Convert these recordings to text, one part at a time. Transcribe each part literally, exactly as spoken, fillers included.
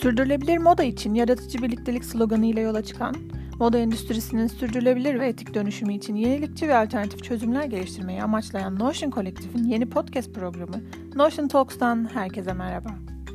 Sürdürülebilir moda için yaratıcı birliktelik sloganıyla yola çıkan, moda endüstrisinin sürdürülebilir ve etik dönüşümü için yenilikçi ve alternatif çözümler geliştirmeyi amaçlayan Notion Kolektif'in yeni podcast programı Notion Talks'tan herkese merhaba.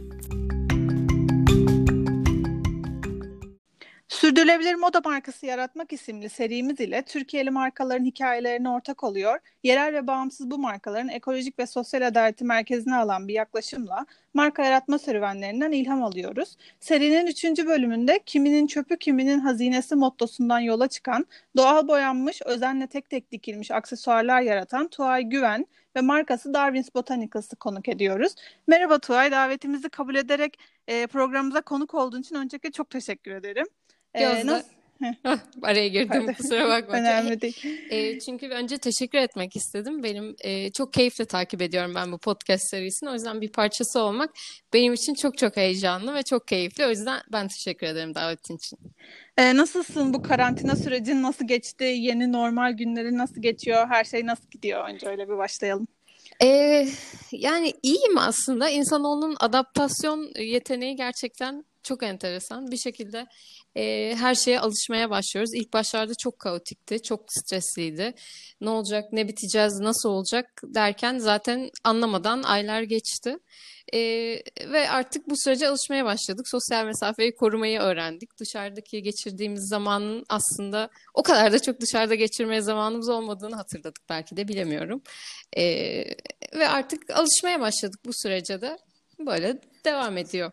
Sürdürülebilir moda markası yaratmak isimli serimiz ile Türkiye'li markaların hikayelerine ortak oluyor. Yerel ve bağımsız bu markaların ekolojik ve sosyal adaleti merkezine alan bir yaklaşımla marka yaratma serüvenlerinden ilham alıyoruz. Serinin üçüncü bölümünde kiminin çöpü kiminin hazinesi mottosundan yola çıkan, doğal boyanmış, özenle tek tek dikilmiş aksesuarlar yaratan Tuğay Güven ve markası Darwin's Botanicals'ı konuk ediyoruz. Merhaba Tuğay, davetimizi kabul ederek e, programımıza konuk olduğun için öncelikle çok teşekkür ederim. Ee, Gözde, nasıl? Hah, araya girdim Pardon. kusura bakma. Önemli değil. E, çünkü önce teşekkür etmek istedim. Benim e, çok keyifle takip ediyorum ben bu podcast serisini. O yüzden bir parçası olmak benim için çok çok heyecanlı ve çok keyifli. O yüzden ben teşekkür ederim davetin için. Ee, nasılsın? Bu karantina sürecin nasıl geçti? Yeni normal günleri nasıl geçiyor? Her şey nasıl gidiyor? Önce öyle bir başlayalım. E, yani iyiyim aslında. İnsanoğlunun adaptasyon yeteneği gerçekten çok enteresan. Bir şekilde e, her şeye alışmaya başlıyoruz. İlk başlarda çok kaotikti, çok stresliydi. Ne olacak, ne biteceğiz, nasıl olacak derken zaten anlamadan aylar geçti. E, ve artık bu sürece alışmaya başladık. Sosyal mesafeyi korumayı öğrendik. Dışarıdaki geçirdiğimiz zamanın aslında o kadar da çok dışarıda geçirmeye zamanımız olmadığını hatırladık belki de bilemiyorum. E, ve artık alışmaya başladık bu sürece de. Böyle devam ediyor.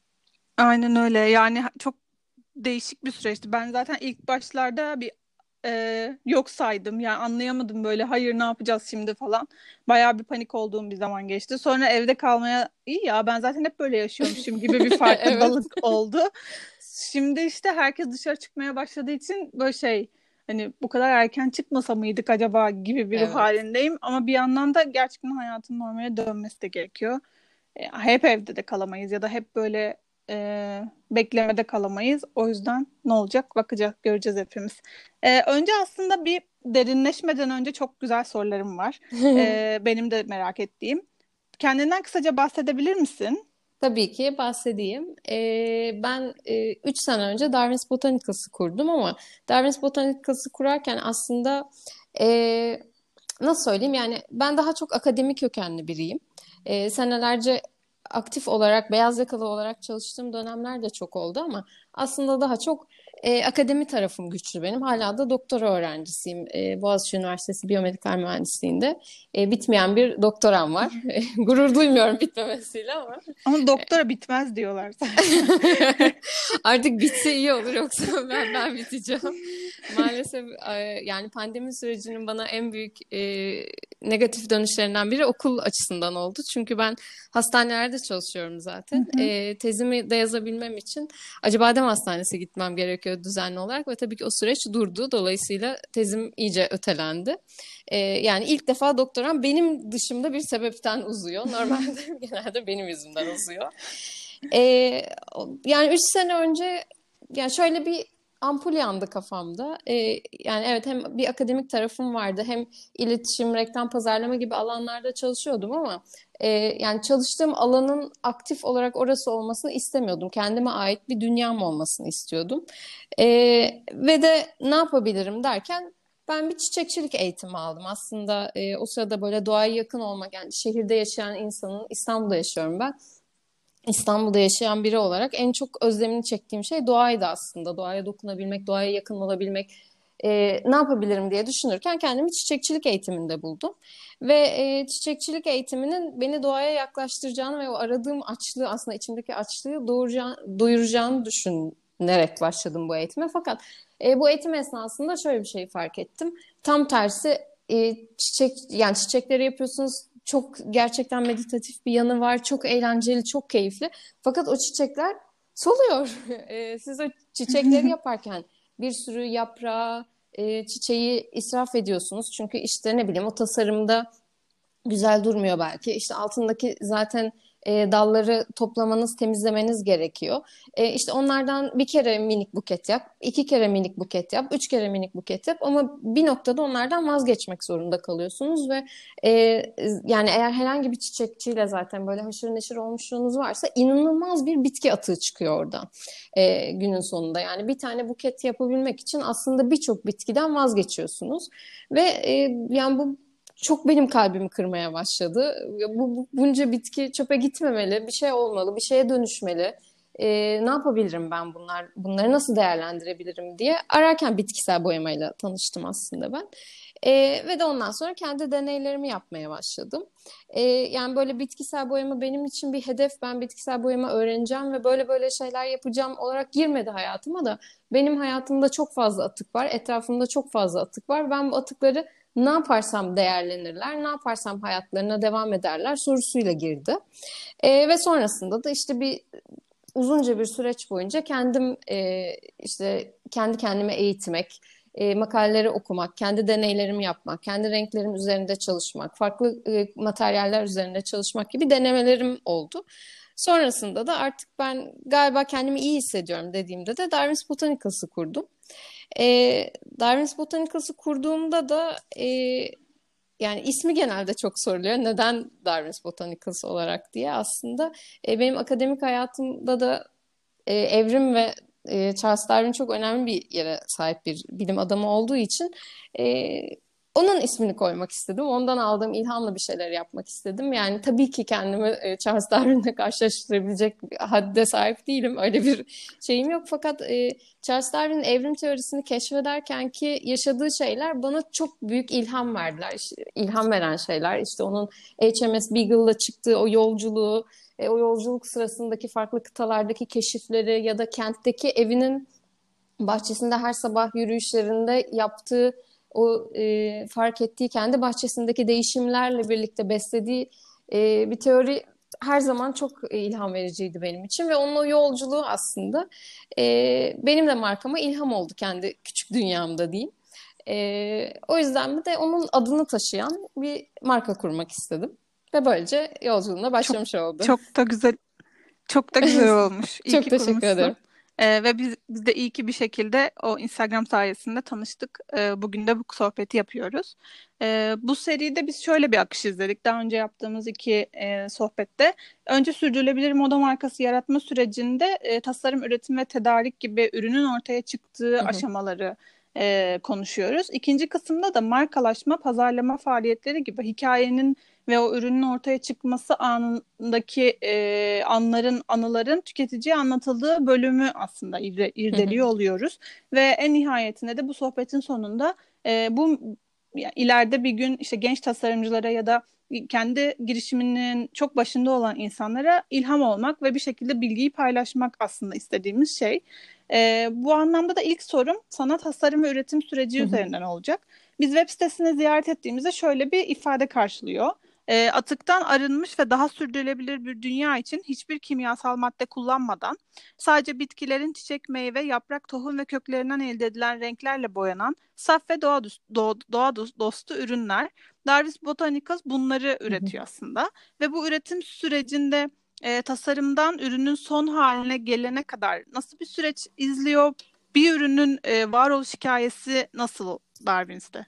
Aynen öyle. Yani çok değişik bir süreçti. Ben zaten ilk başlarda bir e, yok saydım. Yani anlayamadım böyle hayır ne yapacağız şimdi falan. Bayağı bir panik olduğum bir zaman geçti. Sonra evde kalmaya iyi ya ben zaten hep böyle yaşıyormuşum gibi bir Evet. farkındalık oldu. Şimdi işte herkes dışarı çıkmaya başladığı için böyle şey hani bu kadar erken çıkmasa mıydık acaba gibi bir ruh Evet. halindeyim. Ama bir yandan da gerçekten hayatın normale dönmesi de gerekiyor. E, hep evde de kalamayız ya da hep böyle e, beklemede kalamayız. O yüzden ne olacak bakacağız, göreceğiz hepimiz. E, önce aslında bir derinleşmeden önce çok güzel sorularım var. E, benim de merak ettiğim. Kendinden kısaca bahsedebilir misin? Tabii ki bahsedeyim. Ee, ben e, üç sene önce Darwin's Botanicals'ı kurdum ama Darwin's Botanicals'ı kurarken aslında e, nasıl söyleyeyim yani ben daha çok akademik kökenli biriyim. E, senelerce aktif olarak, beyaz yakalı olarak çalıştığım dönemler de çok oldu ama aslında daha çok e, akademi tarafım güçlü benim. Hala da doktora öğrencisiyim. E, Boğaziçi Üniversitesi Biyomedikal Mühendisliği'nde e, bitmeyen bir doktoram var. Gurur duymuyorum bitmemesiyle ama. Ama doktora bitmez diyorlar. Artık bitse iyi olur yoksa ben ben biteceğim. Maalesef e, yani pandemi sürecinin bana en büyük e, negatif dönüşlerinden biri okul açısından oldu. Çünkü ben hastanelerde çalışıyorum zaten. E, tezimi de yazabilmem için Acıbadem Hastanesi gitmem gerekiyor düzenli olarak ve tabii ki o süreç durdu. Dolayısıyla tezim iyice ötelendi. E, yani ilk defa doktoram benim dışımda bir sebepten uzuyor. Normalde genelde benim yüzümden uzuyor. E, yani üç sene önce yani şöyle bir ampul yandı kafamda. Ee, yani evet hem bir akademik tarafım vardı hem iletişim, reklam, pazarlama gibi alanlarda çalışıyordum ama e, yani çalıştığım alanın aktif olarak orası olmasını istemiyordum. Kendime ait bir dünyam olmasını istiyordum. E, ve de ne yapabilirim derken ben bir çiçekçilik eğitimi aldım. Aslında e, o sırada böyle doğaya yakın olmak yani şehirde yaşayan insanın İstanbul'da yaşıyorum ben. İstanbul'da yaşayan biri olarak en çok özlemini çektiğim şey doğaydı aslında. Doğaya dokunabilmek, doğaya yakın olabilmek, e, ne yapabilirim diye düşünürken kendimi çiçekçilik eğitiminde buldum. Ve e, çiçekçilik eğitiminin beni doğaya yaklaştıracağını ve o aradığım açlığı aslında içimdeki açlığı doğuracağını, doyuracağını düşünerek başladım bu eğitime. Fakat e, bu eğitim esnasında şöyle bir şey fark ettim. Tam tersi e, çiçek yani çiçekleri yapıyorsunuz. Çok gerçekten meditatif bir yanı var. Çok eğlenceli, çok keyifli. Fakat o çiçekler soluyor. E, siz o çiçekleri yaparken bir sürü yaprağı, e, çiçeği israf ediyorsunuz. Çünkü işte ne bileyim o tasarımda güzel durmuyor belki. İşte altındaki zaten e, dalları toplamanız, temizlemeniz gerekiyor. E, işte onlardan bir kere minik buket yap, iki kere minik buket yap, üç kere minik buket yap ama bir noktada onlardan vazgeçmek zorunda kalıyorsunuz ve e, yani eğer herhangi bir çiçekçiyle zaten böyle haşır neşir olmuşluğunuz varsa inanılmaz bir bitki atığı çıkıyor oradan e, günün sonunda. Yani bir tane buket yapabilmek için aslında birçok bitkiden vazgeçiyorsunuz ve e, yani bu çok benim kalbimi kırmaya başladı. Bu, bu bunca bitki çöpe gitmemeli, bir şey olmalı, bir şeye dönüşmeli. Ee, ne yapabilirim ben bunlar, bunları nasıl değerlendirebilirim diye ararken bitkisel boyamayla tanıştım aslında ben. Ee, ve de ondan sonra kendi deneylerimi yapmaya başladım. Ee, yani böyle bitkisel boyama benim için bir hedef. Ben bitkisel boyama öğreneceğim ve böyle böyle şeyler yapacağım olarak girmedi hayatıma da. Benim hayatımda çok fazla atık var, etrafımda çok fazla atık var. Ben bu atıkları ne yaparsam değerlenirler, ne yaparsam hayatlarına devam ederler sorusuyla girdi. E, ve sonrasında da işte bir uzunca bir süreç boyunca kendim e, işte kendi kendime eğitmek, e, makaleleri okumak, kendi deneylerimi yapmak, kendi renklerim üzerinde çalışmak, farklı e, materyaller üzerinde çalışmak gibi denemelerim oldu. Sonrasında da artık ben galiba kendimi iyi hissediyorum dediğimde de Darwin's Botanicals'ı kurdum. E, Darwin's Botanicals'ı kurduğumda da e, yani ismi genelde çok soruluyor. Neden Darwin's Botanicals olarak diye aslında e, benim akademik hayatımda da e, evrim ve e, Charles Darwin çok önemli bir yere sahip bir bilim adamı olduğu için e, onun ismini koymak istedim. Ondan aldığım ilhamla bir şeyler yapmak istedim. Yani tabii ki kendimi e, Charles Darwin'le karşılaştırabilecek bir hadde sahip değilim. Öyle bir şeyim yok. Fakat e, Charles Darwin'in evrim teorisini keşfederken ki yaşadığı şeyler bana çok büyük ilham verdiler. İşte, ilham veren şeyler. İşte onun H M S Beagle'la çıktığı o yolculuğu, e, o yolculuk sırasındaki farklı kıtalardaki keşifleri ya da kentteki evinin bahçesinde her sabah yürüyüşlerinde yaptığı o e, fark ettiği kendi bahçesindeki değişimlerle birlikte beslediği e, bir teori her zaman çok ilham vericiydi benim için ve onun o yolculuğu aslında e, benim de markama ilham oldu kendi küçük dünyamda diyeyim. E, o yüzden de onun adını taşıyan bir marka kurmak istedim ve böylece yolculuğuna Çok başlamış oldu. çok da güzel çok da güzel olmuş. İyi Çok ki teşekkür kurmuşsun. ederim. Ee, ve biz, biz de iyi ki bir şekilde o Instagram sayesinde tanıştık. Ee, bugün de bu sohbeti yapıyoruz. Ee, bu seride biz şöyle bir akış izledik. Daha önce yaptığımız iki e, sohbette. Önce sürdürülebilir moda markası yaratma sürecinde e, tasarım, üretim ve tedarik gibi ürünün ortaya çıktığı Hı hı. aşamaları e, konuşuyoruz. İkinci kısımda da markalaşma, pazarlama faaliyetleri gibi hikayenin ve o ürünün ortaya çıkması anındaki e, anların, anıların tüketiciye anlatıldığı bölümü aslında irde, Hı hı. irdeliyor oluyoruz. Ve en nihayetinde de bu sohbetin sonunda e, bu ya, ileride bir gün işte genç tasarımcılara ya da kendi girişiminin çok başında olan insanlara ilham olmak ve bir şekilde bilgiyi paylaşmak aslında istediğimiz şey. E, bu anlamda da ilk sorum sana tasarım ve üretim süreci Hı hı. üzerinden olacak. Biz web sitesini ziyaret ettiğimizde şöyle bir ifade karşılıyor. E, atıktan arınmış ve daha sürdürülebilir bir dünya için hiçbir kimyasal madde kullanmadan sadece bitkilerin çiçek, meyve, yaprak, tohum ve köklerinden elde edilen renklerle boyanan saf ve doğa, dost- doğa, doğa dostu ürünler. Darwin's Botanicals bunları Hı hı. üretiyor aslında ve bu üretim sürecinde e, tasarımdan ürünün son haline gelene kadar nasıl bir süreç izliyor? Bir ürünün e, varoluş hikayesi nasıl Darwin's'te?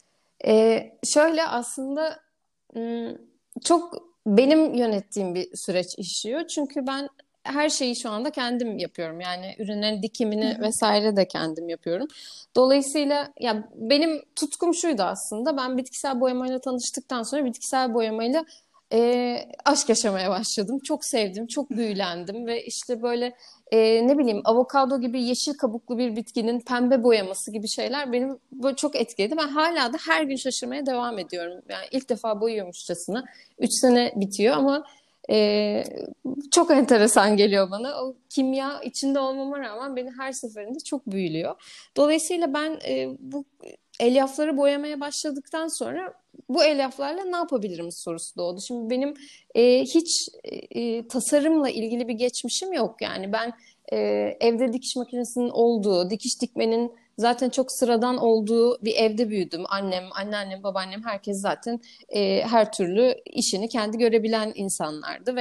Ee, şöyle aslında ım, çok benim yönettiğim bir süreç işliyor. Çünkü ben her şeyi şu anda kendim yapıyorum. Yani ürünlerin Hı dikimini hı. vesaire de kendim yapıyorum. Dolayısıyla ya benim tutkum şuydu aslında. Ben bitkisel boyamayla tanıştıktan sonra bitkisel boyamayla e, aşk yaşamaya başladım. Çok sevdim, çok büyülendim ve işte böyle e, ne bileyim avokado gibi yeşil kabuklu bir bitkinin pembe boyaması gibi şeyler benim böyle çok etkiledi. Ben hala da her gün şaşırmaya devam ediyorum. Yani ilk defa boyuyormuşçasına. Üç sene bitiyor ama e, çok enteresan geliyor bana. O kimya içinde olmama rağmen beni her seferinde çok büyülüyor. Dolayısıyla ben e, bu elyafları boyamaya başladıktan sonra bu elyaflarla ne yapabilirim sorusu doğdu. Şimdi benim e, hiç e, tasarımla ilgili bir geçmişim yok. Yani ben e, evde dikiş makinesinin olduğu, dikiş dikmenin zaten çok sıradan olduğu bir evde büyüdüm. Annem, anneannem, babaannem herkes zaten e, her türlü işini kendi görebilen insanlardı ve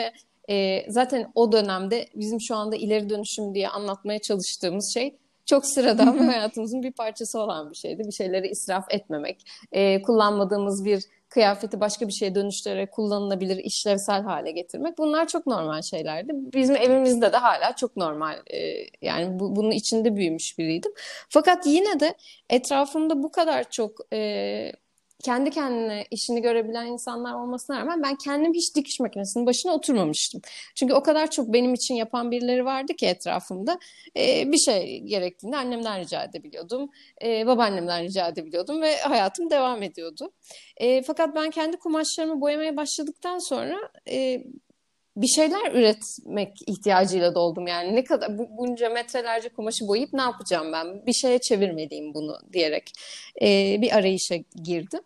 E, zaten o dönemde bizim şu anda ileri dönüşüm diye anlatmaya çalıştığımız şey çok sıradan ve hayatımızın bir parçası olan bir şeydi. Bir şeyleri israf etmemek, e, kullanmadığımız bir kıyafeti başka bir şeye dönüştürerek kullanılabilir, işlevsel hale getirmek. Bunlar çok normal şeylerdi. Bizim evimizde de hala çok normal. E, yani bu, bunun içinde büyümüş biriydim. Fakat yine de etrafımda bu kadar çok e, kendi kendine işini görebilen insanlar olmasına rağmen ben kendim hiç dikiş makinesinin başına oturmamıştım. Çünkü o kadar çok benim için yapan birileri vardı ki etrafımda. E, bir şey gerektiğinde annemden rica edebiliyordum. E, babaannemden rica edebiliyordum ve hayatım devam ediyordu. E, fakat ben kendi kumaşlarımı boyamaya başladıktan sonra e, bir şeyler üretmek ihtiyacıyla doldum. Yani ne kadar bu, bunca metrelerce kumaşı boyayıp ne yapacağım ben? Bir şeye çevirmeliyim bunu diyerek e, bir arayışa girdim.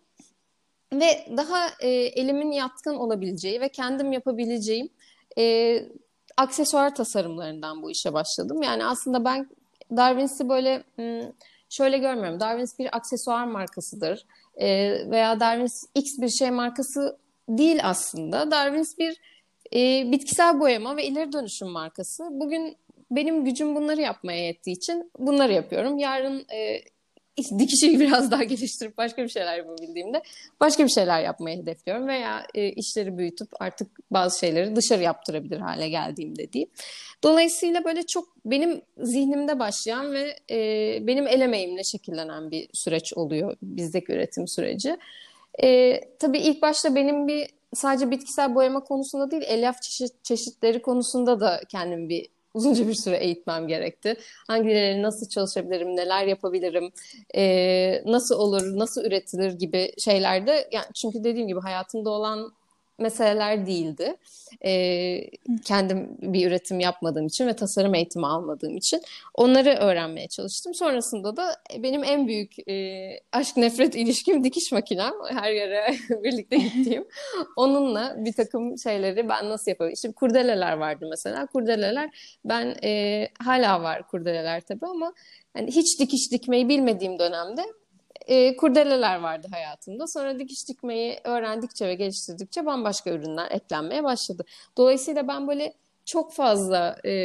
Ve daha e, elimin yatkın olabileceği ve kendim yapabileceğim e, aksesuar tasarımlarından bu işe başladım. Yani aslında ben Darwins'i böyle şöyle görmüyorum. Darwins bir aksesuar markasıdır e, veya Darwins X bir şey markası değil aslında. Darwins bir e, bitkisel boyama ve ileri dönüşüm markası. Bugün benim gücüm bunları yapmaya yettiği için bunları yapıyorum. Yarın e, dikişi biraz daha geliştirip başka bir şeyler yapabildiğimde başka bir şeyler yapmayı hedefliyorum veya e, işleri büyütüp artık bazı şeyleri dışarı yaptırabilir hale geldiğimde diyeyim. Dolayısıyla böyle çok benim zihnimde başlayan ve e, benim el emeğimle şekillenen bir süreç oluyor bizdeki üretim süreci. E, tabii ilk başta benim bir sadece bitkisel boyama konusunda değil, elyaf çeşit, çeşitleri konusunda da kendimi bir uzunca bir süre eğitmem gerekti. Hangileri nasıl çalışabilirim, neler yapabilirim, e, nasıl olur, nasıl üretilir gibi şeylerde. Yani çünkü dediğim gibi hayatımda olan meseleler değildi. E, kendim bir üretim yapmadığım için ve tasarım eğitimi almadığım için onları öğrenmeye çalıştım. Sonrasında da benim en büyük e, aşk nefret ilişkim dikiş makinem. Her yere birlikte gittiğim. Onunla bir takım şeyleri ben nasıl yapabilirim? İşte kurdeleler vardı mesela. Kurdeleler ben e, hala var kurdeleler tabii ama yani hiç dikiş dikmeyi bilmediğim dönemde e, kurdeleler vardı hayatımda. Sonra dikiş dikmeyi öğrendikçe ve geliştirdikçe bambaşka ürünler eklenmeye başladı. Dolayısıyla ben böyle çok fazla e,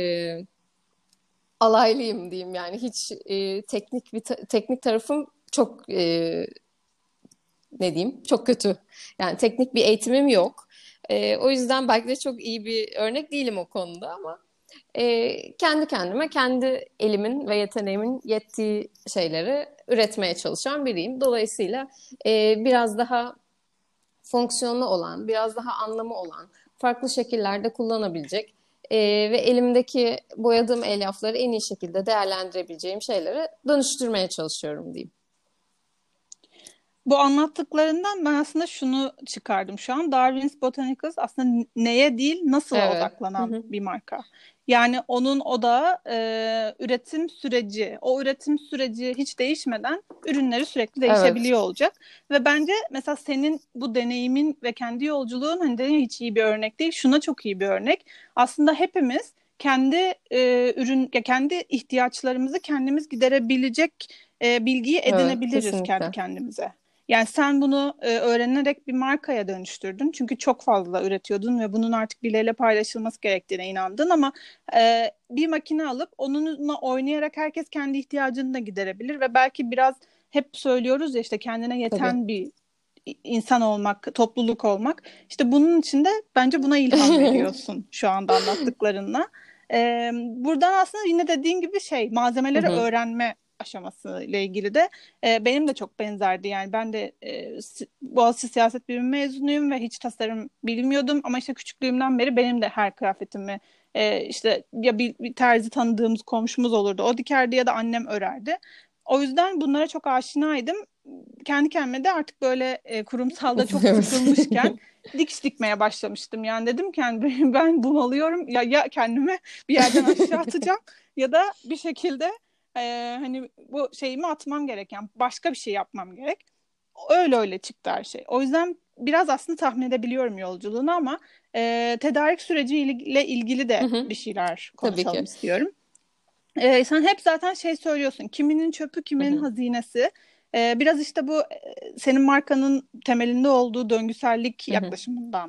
alaylıyım diyeyim yani hiç e, teknik bir ta- teknik tarafım çok e, ne diyeyim çok kötü. Yani teknik bir eğitimim yok. E, o yüzden belki de çok iyi bir örnek değilim o konuda ama e, kendi kendime kendi elimin ve yeteneğimin yettiği şeyleri üretmeye çalışan biriyim. Dolayısıyla e, biraz daha fonksiyonlu olan, biraz daha anlamı olan, farklı şekillerde kullanabilecek e, ve elimdeki boyadığım elyafları en iyi şekilde değerlendirebileceğim şeylere dönüştürmeye çalışıyorum diyeyim. Bu anlattıklarından ben aslında şunu çıkardım şu an. Darwin's Botanicals aslında neye değil nasıla Evet. Hı odaklanan hı. bir marka. Yani onun odağı e, üretim süreci. O üretim süreci hiç değişmeden ürünleri sürekli Evet. değişebiliyor olacak. Ve bence mesela senin bu deneyimin ve kendi yolculuğun hani de hiç iyi bir örnek değil. Şuna çok iyi bir örnek. Aslında hepimiz kendi e, ürün ya kendi ihtiyaçlarımızı kendimiz giderebilecek e, bilgiyi Evet, edinebiliriz kendi kesinlikle. kendimize. Yani sen bunu e, öğrenerek bir markaya dönüştürdün. Çünkü çok fazla üretiyordun ve bunun artık birileriyle paylaşılması gerektiğine inandın ama e, bir makine alıp onunla oynayarak herkes kendi ihtiyacını da giderebilir ve belki biraz hep söylüyoruz ya işte kendine Tabii. yeten bir insan olmak, topluluk olmak. İşte bunun için de bence buna ilham veriyorsun şu anda anlattıklarınla. E, buradan aslında yine dediğin gibi şey Hı malzemeleri hı. öğrenme aşaması ile ilgili de e, benim de çok benzerdi. Yani ben de e, si- Boğaziçi Siyaset Bilimi mezunuyum ve hiç tasarım bilmiyordum. Ama işte küçüklüğümden beri benim de her kıyafetimi e, işte ya bir, bir terzi tanıdığımız komşumuz olurdu. O dikerdi ya da annem örerdi. O yüzden bunlara çok aşinaydım. Kendi kendime de artık böyle e, kurumsalda çok Evet. sıkılmışken dikiş dikmeye başlamıştım. Yani dedim ki yani ben bunalıyorum ya ya kendimi bir yerden aşağı atacağım ya da bir şekilde ee, hani bu şeyimi atmam gerek yani başka bir şey yapmam gerek. Öyle öyle çıktı her şey. O yüzden biraz aslında tahmin edebiliyorum yolculuğunu ama e, tedarik süreciyle ilgili Hı de hı. bir şeyler Tabii konuşalım ki. istiyorum. Ee, sen hep zaten şey söylüyorsun. Kiminin çöpü, Hı kiminin hı. hazinesi. Ee, biraz işte bu e, senin markanın temelinde olduğu döngüsellik Hı hı. yaklaşımından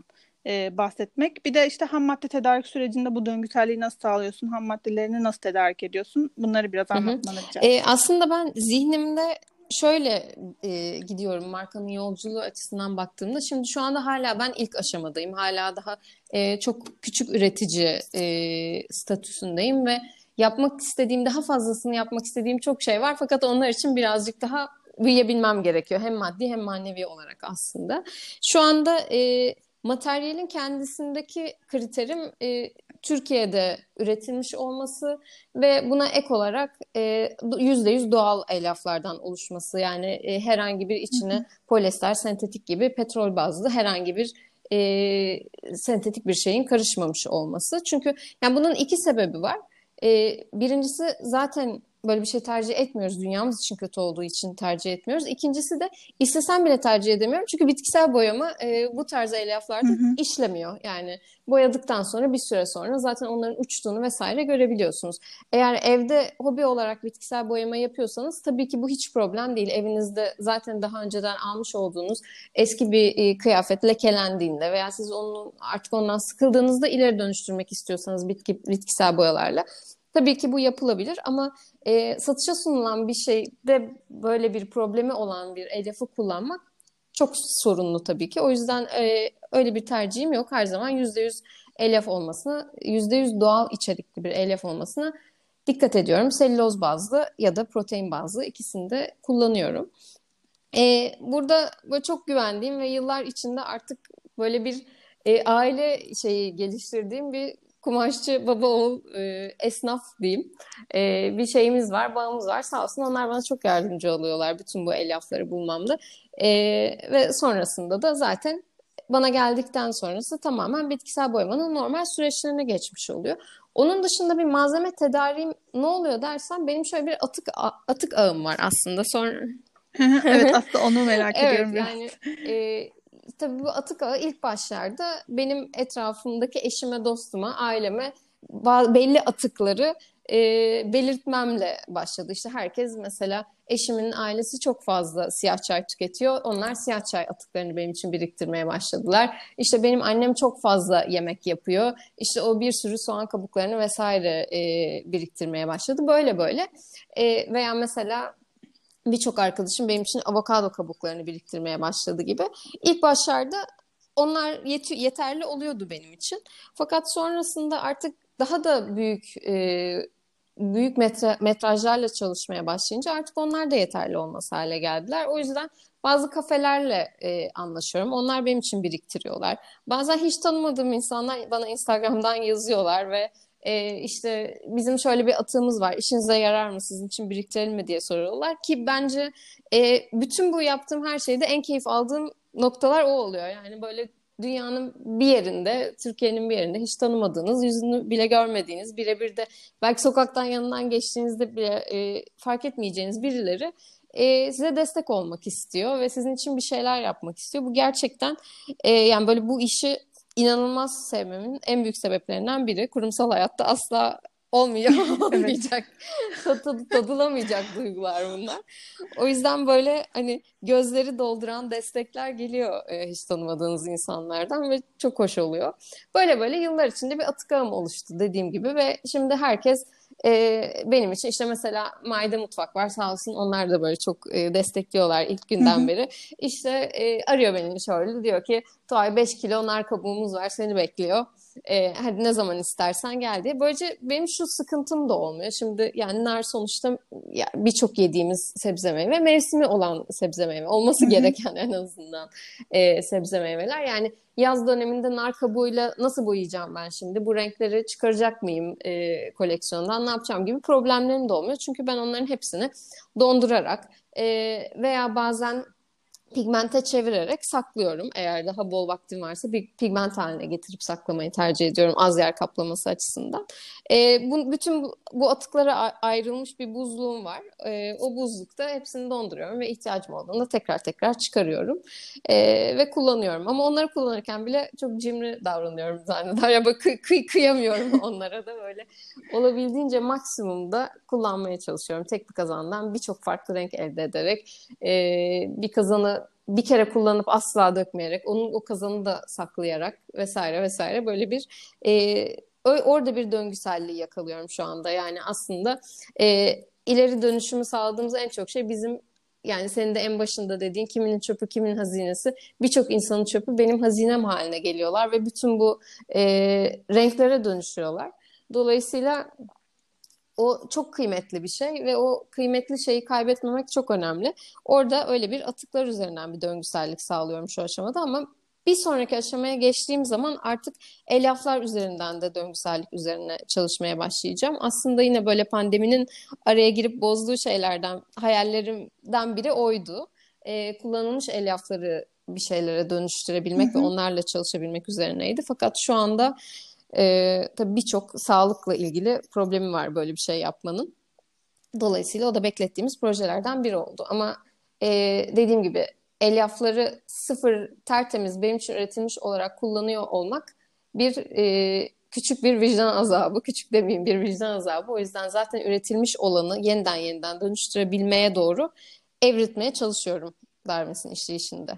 e, bahsetmek. Bir de işte ham madde tedarik sürecinde bu döngüselliği nasıl sağlıyorsun? Ham maddelerini nasıl tedarik ediyorsun? Bunları biraz Hı hı. anlatmanı rica E, edeceğim. aslında ben zihnimde şöyle e, gidiyorum markanın yolculuğu açısından baktığımda. Şimdi şu anda hala ben ilk aşamadayım. Hala daha e, çok küçük üretici e, statüsündeyim ve yapmak istediğim, daha fazlasını yapmak istediğim çok şey var. Fakat onlar için birazcık daha büyüyebilmem gerekiyor. Hem maddi hem manevi olarak aslında. Şu anda e, materyalin kendisindeki kriterim e, Türkiye'de üretilmiş olması ve buna ek olarak e, yüzde yüz doğal elyaflardan oluşması. Yani e, herhangi bir içine polyester, sentetik gibi petrol bazlı herhangi bir e, sentetik bir şeyin karışmamış olması. Çünkü yani bunun iki sebebi var. E, birincisi zaten böyle bir şey tercih etmiyoruz. Dünyamız için kötü olduğu için tercih etmiyoruz. İkincisi de istesem bile tercih edemiyorum. Çünkü bitkisel boyama e, bu tarz Hı elyaflarda hı. işlemiyor. Yani boyadıktan sonra bir süre sonra zaten onların uçtuğunu vesaire görebiliyorsunuz. Eğer evde hobi olarak bitkisel boyama yapıyorsanız tabii ki bu hiç problem değil. Evinizde zaten daha önceden almış olduğunuz eski bir e, kıyafet lekelendiğinde veya siz onu artık ondan sıkıldığınızda ileri dönüştürmek istiyorsanız bitki, bitkisel boyalarla tabii ki bu yapılabilir ama e, satışa sunulan bir şeyde böyle bir problemi olan bir elyafı kullanmak çok sorunlu tabii ki. O yüzden e, öyle bir tercihim yok. Her zaman yüzde yüz elyaf olmasına, yüzde yüz doğal içerikli bir elyaf olmasına dikkat ediyorum. Selüloz bazlı ya da protein bazlı ikisini de kullanıyorum. E, burada böyle çok güvendiğim ve yıllar içinde artık böyle bir e, aile şeyi geliştirdiğim bir kumaşçı baba oğul e, esnaf diyeyim. E, bir şeyimiz var, bağımız var. Sağ olsun onlar bana çok yardımcı oluyorlar bütün bu elyafları bulmamda. E, ve sonrasında da zaten bana geldikten sonrası tamamen bitkisel boyamanın normal süreçlerine geçmiş oluyor. Onun dışında bir malzeme tedariğim ne oluyor dersen benim şöyle bir atık atık ağım var aslında. Sonra Evet, aslında onu merak Evet ediyorum biraz. yani e, tabii bu atık ağı ilk başlarda benim etrafımdaki eşime, dostuma, aileme ba- belli atıkları e, belirtmemle başladı. İşte herkes mesela eşimin ailesi çok fazla siyah çay tüketiyor. Onlar siyah çay atıklarını benim için biriktirmeye başladılar. İşte benim annem çok fazla yemek yapıyor. İşte o bir sürü soğan kabuklarını vesaire e, biriktirmeye başladı. Böyle böyle. E, veya mesela birçok arkadaşım benim için avokado kabuklarını biriktirmeye başladı gibi. İlk başlarda onlar yet- yeterli oluyordu benim için. Fakat sonrasında artık daha da büyük e, büyük metre, metrajlarla çalışmaya başlayınca artık onlar da yeterli olması hale geldiler. O yüzden bazı kafelerle e, anlaşıyorum. Onlar benim için biriktiriyorlar. Bazen hiç tanımadığım insanlar bana Instagram'dan yazıyorlar ve e, işte bizim şöyle bir atığımız var. İşinize yarar mı? Sizin için biriktirelim mi diye soruyorlar ki bence e, bütün bu yaptığım her şeyde en keyif aldığım noktalar o oluyor. Yani böyle dünyanın bir yerinde, Türkiye'nin bir yerinde hiç tanımadığınız, yüzünü bile görmediğiniz, birebir de belki sokaktan yanından geçtiğinizde bile e, fark etmeyeceğiniz birileri e, size destek olmak istiyor ve sizin için bir şeyler yapmak istiyor. Bu gerçekten e, yani böyle bu işi inanılmaz sevmemin en büyük sebeplerinden biri. Kurumsal hayatta asla olmayacak, Evet. olmayacak, tadı, tadılamayacak duygular bunlar. O yüzden böyle hani gözleri dolduran destekler geliyor e, hiç tanımadığınız insanlardan ve çok hoş oluyor. Böyle böyle yıllar içinde bir atık ağım oluştu dediğim gibi ve şimdi herkes e, benim için işte mesela Maide Mutfak var sağ olsun onlar da böyle çok e, destekliyorlar ilk Hı günden hı. beri. İşte e, arıyor beni şöyle diyor ki Tuğay beş kilo nar kabuğumuz var seni bekliyor. E, hadi ne zaman istersen gel diye. Böylece benim şu sıkıntım da olmuyor. Şimdi yani nar sonuçta ya, birçok yediğimiz sebze meyve mevsimi olan sebze meyve olması Hı hı. gereken en azından e, sebze meyveler. Yani yaz döneminde nar kabuğuyla nasıl boyayacağım ben şimdi? Bu renkleri çıkaracak mıyım e, koleksiyondan? Ne yapacağım gibi problemlerim de olmuyor. Çünkü ben onların hepsini dondurarak e, veya bazen pigmente çevirerek saklıyorum. Eğer daha bol vaktim varsa bir pigment haline getirip saklamayı tercih ediyorum az yer kaplaması açısından. E, bu, bütün bu, bu atıklara ayrılmış bir buzluğum var. E, o buzlukta hepsini donduruyorum ve ihtiyacım olduğunda tekrar tekrar çıkarıyorum. E, ve kullanıyorum. Ama onları kullanırken bile çok cimri davranıyorum zanneder. Ya böyle kıy, kıy, kıyamıyorum onlara da böyle. Olabildiğince maksimumda kullanmaya çalışıyorum. Tek bir kazandan birçok farklı renk elde ederek e, bir kazanı mesela bir kere kullanıp asla dökmeyerek, onun o kazanı da saklayarak vesaire vesaire böyle bir e, orada bir döngüselliği yakalıyorum şu anda. Yani aslında e, ileri dönüşümü sağladığımız en çok şey bizim, yani senin de en başında dediğin kiminin çöpü kimin hazinesi, birçok insanın çöpü benim hazinem haline geliyorlar ve bütün bu e, renklere dönüşüyorlar. Dolayısıyla o çok kıymetli bir şey ve o kıymetli şeyi kaybetmemek çok önemli. Orada öyle bir atıklar üzerinden bir döngüsellik sağlıyorum şu aşamada, ama bir sonraki aşamaya geçtiğim zaman artık elyaflar üzerinden de döngüsellik üzerine çalışmaya başlayacağım. Aslında yine böyle pandeminin araya girip bozduğu şeylerden, hayallerimden biri oydu. Ee, kullanılmış elyafları bir şeylere Hı dönüştürebilmek ve hı. onlarla çalışabilmek üzerineydi. Fakat şu anda ee, tabii birçok sağlıkla ilgili problemi var böyle bir şey yapmanın. Dolayısıyla o da beklettiğimiz projelerden biri oldu. Ama e, dediğim gibi elyafları sıfır tertemiz benim için üretilmiş olarak kullanıyor olmak bir e, küçük bir vicdan azabı, küçük demeyeyim bir vicdan azabı. O yüzden zaten üretilmiş olanı yeniden yeniden dönüştürebilmeye doğru evritmeye çalışıyorum Dermes'in işleyişinde.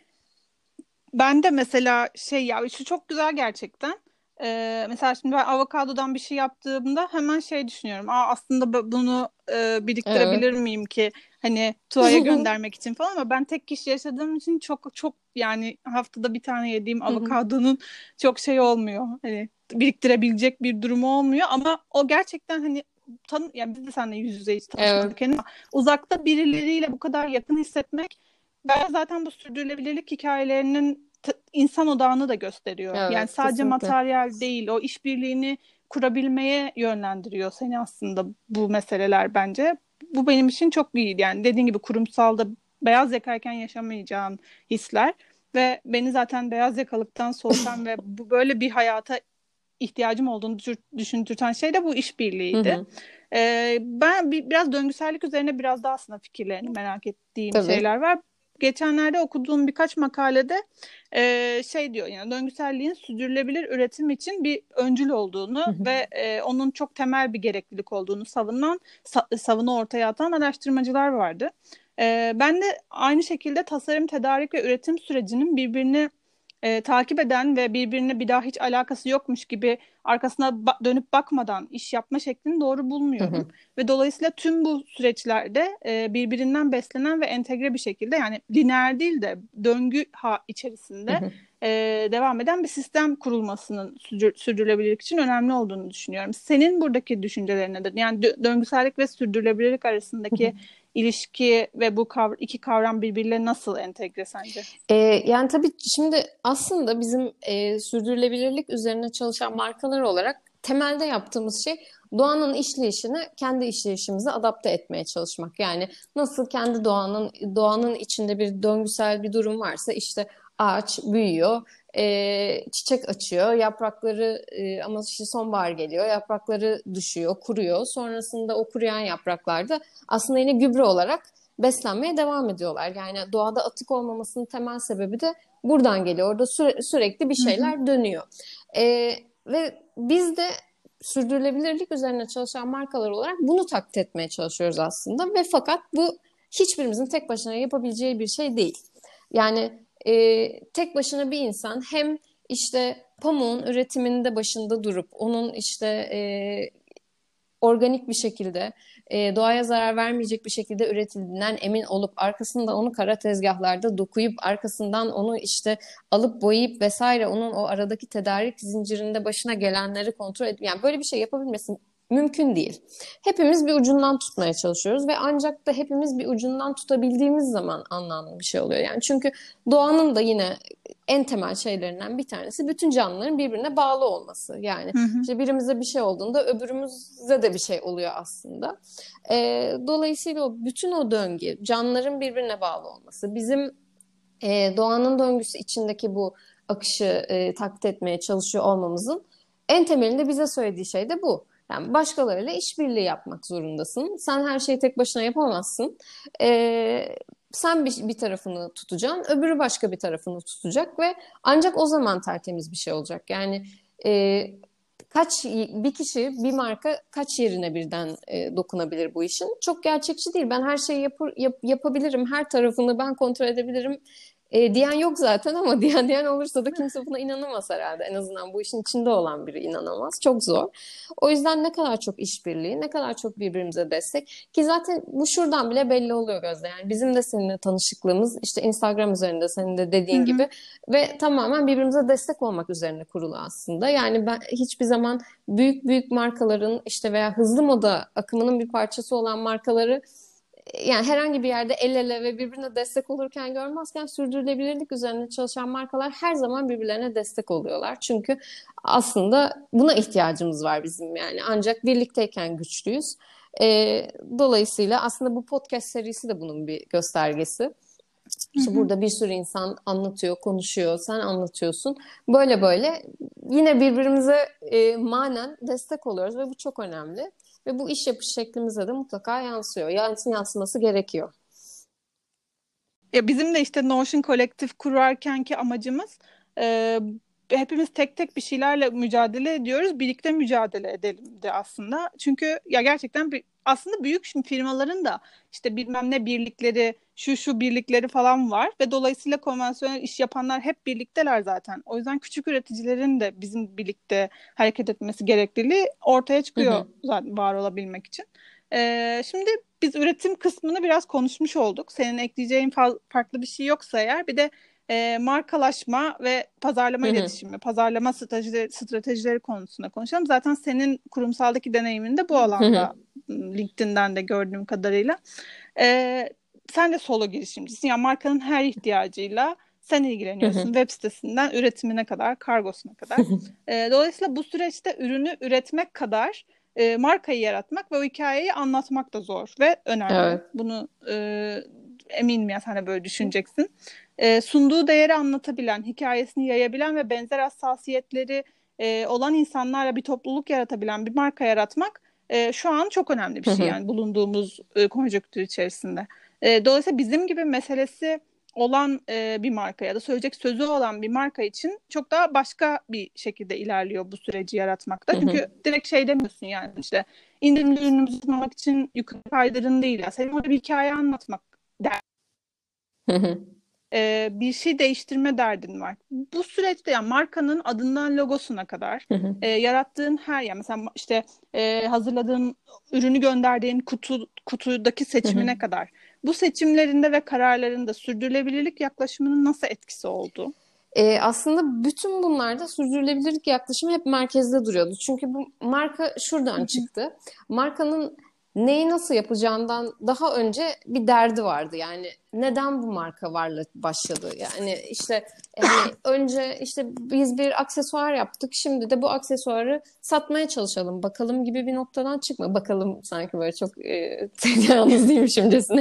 Ben de mesela şey ya şu çok güzel gerçekten. Ee, mesela şimdi ben avokadodan bir şey yaptığımda hemen şey düşünüyorum. Aa, aslında bu- bunu e, biriktirebilir Evet. miyim ki hani Tuğa'ya göndermek için falan, ama ben tek kişi yaşadığım için çok çok yani haftada bir tane yediğim avokadonun çok şey olmuyor. Hani biriktirebilecek bir durumu olmuyor, ama o gerçekten hani tan yani biz de seninle yüz yüze hiç Evet. tanışmadık henüz. Uzakta birileriyle bu kadar yakın hissetmek, ben zaten bu sürdürülebilirlik hikayelerinin t- insan odağını da gösteriyor. Yani Evet, sadece kesinlikle. materyal değil, o işbirliğini kurabilmeye yönlendiriyor seni aslında bu meseleler bence. Bu benim için çok iyi. Yani dediğin gibi kurumsalda beyaz yakayken yaşamayacağın hisler ve beni zaten beyaz yakalıktan soğutan ve bu böyle bir hayata ihtiyacım olduğunu düşür- düşündürten şey de bu Hı işbirliğiydi. hı. Ee, ben bir, biraz döngüsellik üzerine biraz daha aslında fikirlerini merak ettiğim Tabii. şeyler var. Geçenlerde okuduğum birkaç makalede e, şey diyor, yani döngüselliğin sürdürülebilir üretim için bir öncül olduğunu Hı hı. ve e, onun çok temel bir gereklilik olduğunu savunan sa- savunu ortaya atan araştırmacılar vardı. E, ben de aynı şekilde tasarım, tedarik ve üretim sürecinin birbirini e, takip eden ve birbirine bir daha hiç alakası yokmuş gibi arkasına ba- dönüp bakmadan iş yapma şeklini doğru Hı bulmuyorum. hı. Ve dolayısıyla tüm bu süreçlerde e, birbirinden beslenen ve entegre bir şekilde, yani lineer değil de döngü ha Hı içerisinde hı. e, devam eden bir sistem kurulmasının sürdür sürdürülebilirlik için önemli olduğunu düşünüyorum. Senin buradaki düşüncelerin nedir? Yani dö- döngüsellik ve sürdürülebilirlik Hı hı. arasındaki ilişki ve bu kav iki kavram birbirine nasıl entegre sence? Ee, yani tabii şimdi aslında bizim e, sürdürülebilirlik üzerine çalışan markalar olarak temelde yaptığımız şey doğanın işleyişini kendi işleyişimize adapte etmeye çalışmak. Yani nasıl kendi doğanın doğanın içinde bir döngüsel bir durum varsa, işte ağaç büyüyor, e, çiçek açıyor, yaprakları e, ama işte sonbahar geliyor, yaprakları düşüyor, kuruyor. Sonrasında o kuruyan yapraklar da aslında yine gübre olarak beslenmeye devam ediyorlar. Yani doğada atık olmamasının temel sebebi de buradan geliyor. Orada süre, sürekli bir Hı hı. şeyler dönüyor. Ee, ve biz de sürdürülebilirlik üzerine çalışan markalar olarak bunu taklit etmeye çalışıyoruz aslında. Ve fakat bu hiçbirimizin tek başına yapabileceği bir şey değil. Yani e, tek başına bir insan hem işte pamuğun üretiminde başında durup onun işte e, organik bir şekilde, e, doğaya zarar vermeyecek bir şekilde üretildiğinden emin olup arkasında onu kara tezgahlarda dokuyup arkasından onu işte alıp boyayıp vesaire onun o aradaki tedarik zincirinde başına gelenleri kontrol edip, yani böyle bir şey yapabilmesi mümkün değil. Hepimiz bir ucundan tutmaya çalışıyoruz ve ancak da hepimiz bir ucundan tutabildiğimiz zaman anlamlı bir şey oluyor. Yani çünkü doğanın da yine en temel şeylerinden bir tanesi bütün canlıların birbirine bağlı olması. Yani Hı hı. işte birimize bir şey olduğunda öbürümüze de bir şey oluyor aslında. E, dolayısıyla o bütün o döngü, canlıların birbirine bağlı olması, bizim e, doğanın döngüsü içindeki bu akışı e, taklit etmeye çalışıyor olmamızın en temelinde bize söylediği şey de bu. Yani başkalarıyla işbirliği yapmak zorundasın. Sen her şeyi tek başına yapamazsın. E, sen bir, bir tarafını tutacaksın, öbürü başka bir tarafını tutacak ve ancak o zaman tertemiz bir şey olacak. Yani e, kaç bir kişi, bir marka kaç yerine birden e, dokunabilir bu işin? Çok gerçekçi değil. Ben her şeyi yapır, yap, yapabilirim, her tarafını ben kontrol edebilirim e, diyen yok zaten, ama diyen diyen olursa da kimse buna inanamaz herhalde. En azından bu işin içinde olan biri inanamaz. Çok zor. O yüzden ne kadar çok işbirliği, ne kadar çok birbirimize destek, ki zaten bu şuradan bile belli oluyor Gözde. Yani bizim de seninle tanışıklığımız işte Instagram üzerinde, senin de Hı dediğin hı. gibi, ve tamamen birbirimize destek olmak üzerine kurulu aslında. Yani ben hiçbir zaman büyük büyük markaların işte veya hızlı moda akımının bir parçası olan markaları yani herhangi bir yerde el ele ve birbirine destek olurken görmezken, sürdürülebilirlik üzerine çalışan markalar her zaman birbirlerine destek oluyorlar. Çünkü aslında buna ihtiyacımız var bizim, yani ancak birlikteyken güçlüyüz. Ee, dolayısıyla aslında bu podcast serisi de bunun bir göstergesi. Hı İşte hı. burada bir sürü insan anlatıyor, konuşuyor, sen anlatıyorsun. Böyle böyle yine birbirimize e, manen destek oluyoruz ve bu çok önemli. Ve bu iş yapış şeklimize de mutlaka yansıyor. Yansın yansıması gerekiyor. Ya bizim de işte Notion kolektif kurarkenki amacımız e, hepimiz tek tek bir şeylerle mücadele ediyoruz. Birlikte mücadele edelim de aslında. Çünkü ya gerçekten bir, aslında büyük şimdi firmaların da işte bilmem ne birlikleri, şu şu birlikleri falan var ve dolayısıyla konvansiyonel iş yapanlar hep birlikteler zaten. O yüzden küçük üreticilerin de bizim birlikte hareket etmesi gerekliliği ortaya Hı çıkıyor hı. zaten var olabilmek için. E, şimdi biz üretim kısmını biraz konuşmuş olduk. Senin ekleyeceğin fa- farklı bir şey yoksa eğer bir de e, markalaşma ve pazarlama Hı hı. iletişimi, pazarlama stratejileri, stratejileri konusunda konuşalım. Zaten senin kurumsaldaki deneyimin de bu Hı hı. alanda, LinkedIn'den de gördüğüm kadarıyla. E, Sen de solo girişimcisin. Yani markanın her ihtiyacıyla sen Hı hı. ilgileniyorsun. Web sitesinden üretimine kadar, kargosuna kadar. E, dolayısıyla bu süreçte ürünü üretmek kadar e, markayı yaratmak ve o hikayeyi anlatmak da zor ve önemli. Evet. Bunu e, eminim ya sen de böyle düşüneceksin. E, sunduğu değeri anlatabilen, hikayesini yayabilen ve benzer hassasiyetleri e, olan insanlarla bir topluluk yaratabilen bir marka yaratmak e, şu an çok önemli bir Hı şey hı. yani bulunduğumuz e, konjonktür içerisinde. E, dolayısıyla bizim gibi meselesi olan e, bir marka ya da söyleyecek sözü olan bir marka için çok daha başka bir şekilde ilerliyor bu süreci yaratmakta. Hı hı. Çünkü direkt şey demiyorsun yani işte indirimli ürünümüzü sunmak için yukarı kaydırın değil ya. Senin orada bir hikaye anlatmak der, Hı hı. e, bir şey değiştirme derdin var. Bu süreçte yani markanın adından logosuna kadar Hı hı. e, yarattığın her yani mesela işte e, hazırladığın ürünü gönderdiğin kutu kutudaki Hı hı. seçimine kadar bu seçimlerinde ve kararlarında sürdürülebilirlik yaklaşımının nasıl etkisi oldu? Ee, aslında bütün bunlarda sürdürülebilirlik yaklaşımı hep merkezde duruyordu. Çünkü bu marka Hı şuradan hı. çıktı. Markanın neyi nasıl yapacağından daha önce bir derdi vardı. Yani neden bu marka varlığı başladı? Yani işte hani önce işte biz bir aksesuar yaptık. Şimdi de bu aksesuarı satmaya çalışalım. Bakalım gibi bir noktadan çıkma. Bakalım sanki böyle çok e, yalnız değilmişimcesine.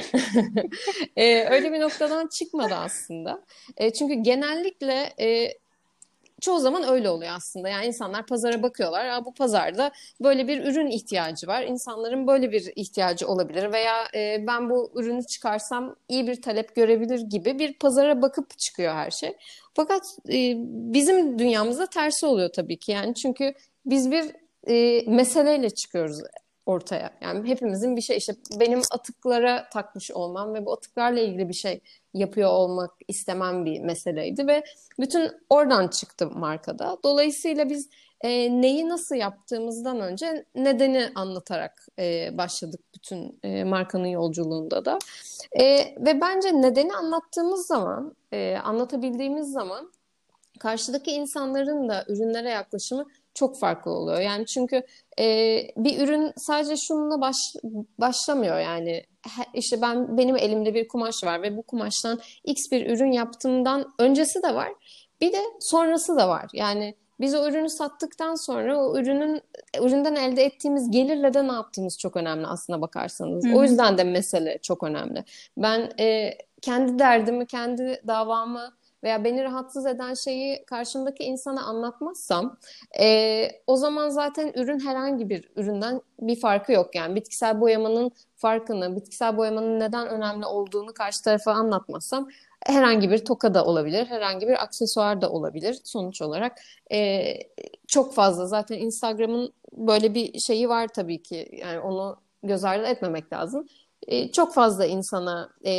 E, öyle bir noktadan çıkmadı aslında. E, çünkü genellikle e, çoğu zaman öyle oluyor aslında. Yani insanlar pazara bakıyorlar. Aa, bu pazarda böyle bir ürün ihtiyacı var. İnsanların böyle bir ihtiyacı olabilir veya e, ben bu ürünü çıkarsam iyi bir talep görebilir gibi bir pazara bakıp çıkıyor her şey. Fakat e, bizim dünyamızda tersi oluyor tabii ki. Yani çünkü biz bir e, meseleyle çıkıyoruz ortaya. Yani hepimizin bir şey, işte benim atıklara takmış olmam ve bu atıklarla ilgili bir şey yapıyor olmak istemem bir meseleydi ve bütün oradan çıktı markada. Dolayısıyla biz e, neyi nasıl yaptığımızdan önce nedeni anlatarak e, başladık bütün e, markanın yolculuğunda da. E, ve bence nedeni anlattığımız zaman, e, anlatabildiğimiz zaman karşıdaki insanların da ürünlere yaklaşımı çok farklı oluyor. Yani çünkü e, bir ürün sadece şununla baş, başlamıyor. Yani işte ben benim elimde bir kumaş var ve bu kumaştan X bir ürün yaptığımdan öncesi de var. Bir de sonrası da var. Yani biz o ürünü sattıktan sonra o ürünün üründen elde ettiğimiz gelirle de ne yaptığımız çok önemli aslına bakarsanız. Hı O hı. yüzden de mesele çok önemli. Ben e, kendi derdimi, kendi davamı veya beni rahatsız eden şeyi karşımdaki insana anlatmazsam e, o zaman zaten ürün herhangi bir üründen bir farkı yok. Yani bitkisel boyamanın farkını, bitkisel boyamanın neden önemli olduğunu karşı tarafa anlatmazsam herhangi bir toka da olabilir, herhangi bir aksesuar da olabilir. Sonuç olarak e, çok fazla. Zaten Instagram'ın böyle bir şeyi var tabii ki. Yani onu göz ardı etmemek lazım. E, çok fazla insana e,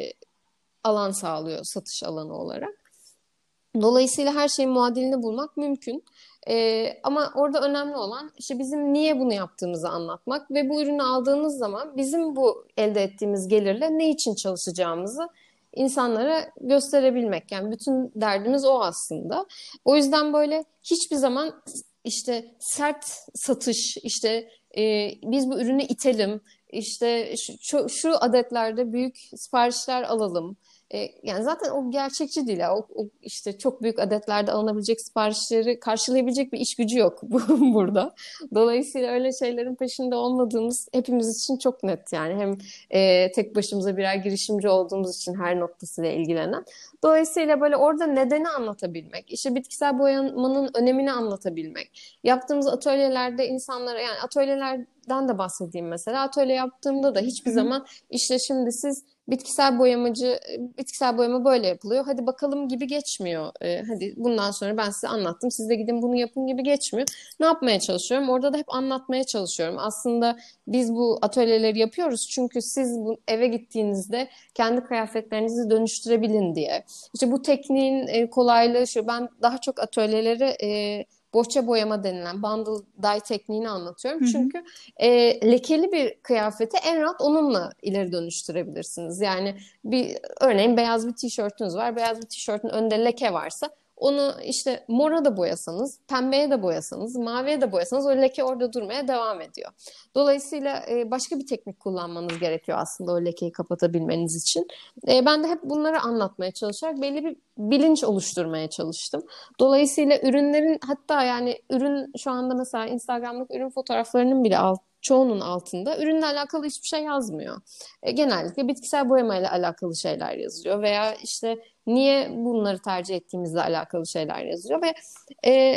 alan sağlıyor satış alanı olarak. Dolayısıyla her şeyin muadilini bulmak mümkün. Ee, ama orada önemli olan işte bizim niye bunu yaptığımızı anlatmak ve bu ürünü aldığınız zaman bizim bu elde ettiğimiz gelirle ne için çalışacağımızı insanlara gösterebilmek. Yani bütün derdimiz o aslında. O yüzden böyle hiçbir zaman işte sert satış, işte e, biz bu ürünü itelim, işte şu, şu adetlerde büyük siparişler alalım. E, yani zaten o gerçekçi değil. Ya. O, o işte çok büyük adetlerde alınabilecek siparişleri karşılayabilecek bir iş gücü yok burada. Dolayısıyla öyle şeylerin peşinde olmadığımız hepimiz için çok net yani. Hem e, tek başımıza birer girişimci olduğumuz için her noktasıyla ilgilenen. Dolayısıyla böyle orada nedeni anlatabilmek, işte bitkisel boyamanın önemini anlatabilmek. Yaptığımız atölyelerde insanlara, yani atölyelerden de bahsedeyim mesela. Atölye yaptığımda da hiçbir Hı hı. zaman işte şimdi siz bitkisel boyamacı, bitkisel boyama böyle yapılıyor. Hadi bakalım gibi geçmiyor. Ee, hadi bundan sonra ben size anlattım. Siz de gidin bunu yapın gibi geçmiyor. Ne yapmaya çalışıyorum? Orada da hep anlatmaya çalışıyorum. Aslında biz bu atölyeleri yapıyoruz çünkü siz bu eve gittiğinizde kendi kıyafetlerinizi dönüştürebilin diye. İşte bu tekniğin e, kolaylığı şu. Ben daha çok atölyeleri e, bohça boyama denilen bundle dye tekniğini anlatıyorum. Hı hı. Çünkü e, lekeli bir kıyafeti en rahat onunla ileri dönüştürebilirsiniz. Yani bir örneğin beyaz bir tişörtünüz var. Beyaz bir tişörtün önünde leke varsa onu işte mora da boyasanız, pembeye de boyasanız, maviye de boyasanız o leke orada durmaya devam ediyor. Dolayısıyla e, başka bir teknik kullanmanız gerekiyor aslında o lekeyi kapatabilmeniz için. E, ben de hep bunları anlatmaya çalışarak belli bir bilinç oluşturmaya çalıştım. Dolayısıyla ürünlerin, hatta yani ürün şu anda mesela Instagram'daki ürün fotoğraflarının bile alt, çoğunun altında ürünle alakalı hiçbir şey yazmıyor. E, genellikle bitkisel boyamayla alakalı şeyler yazıyor veya işte niye bunları tercih ettiğimizle alakalı şeyler yazıyor ve e,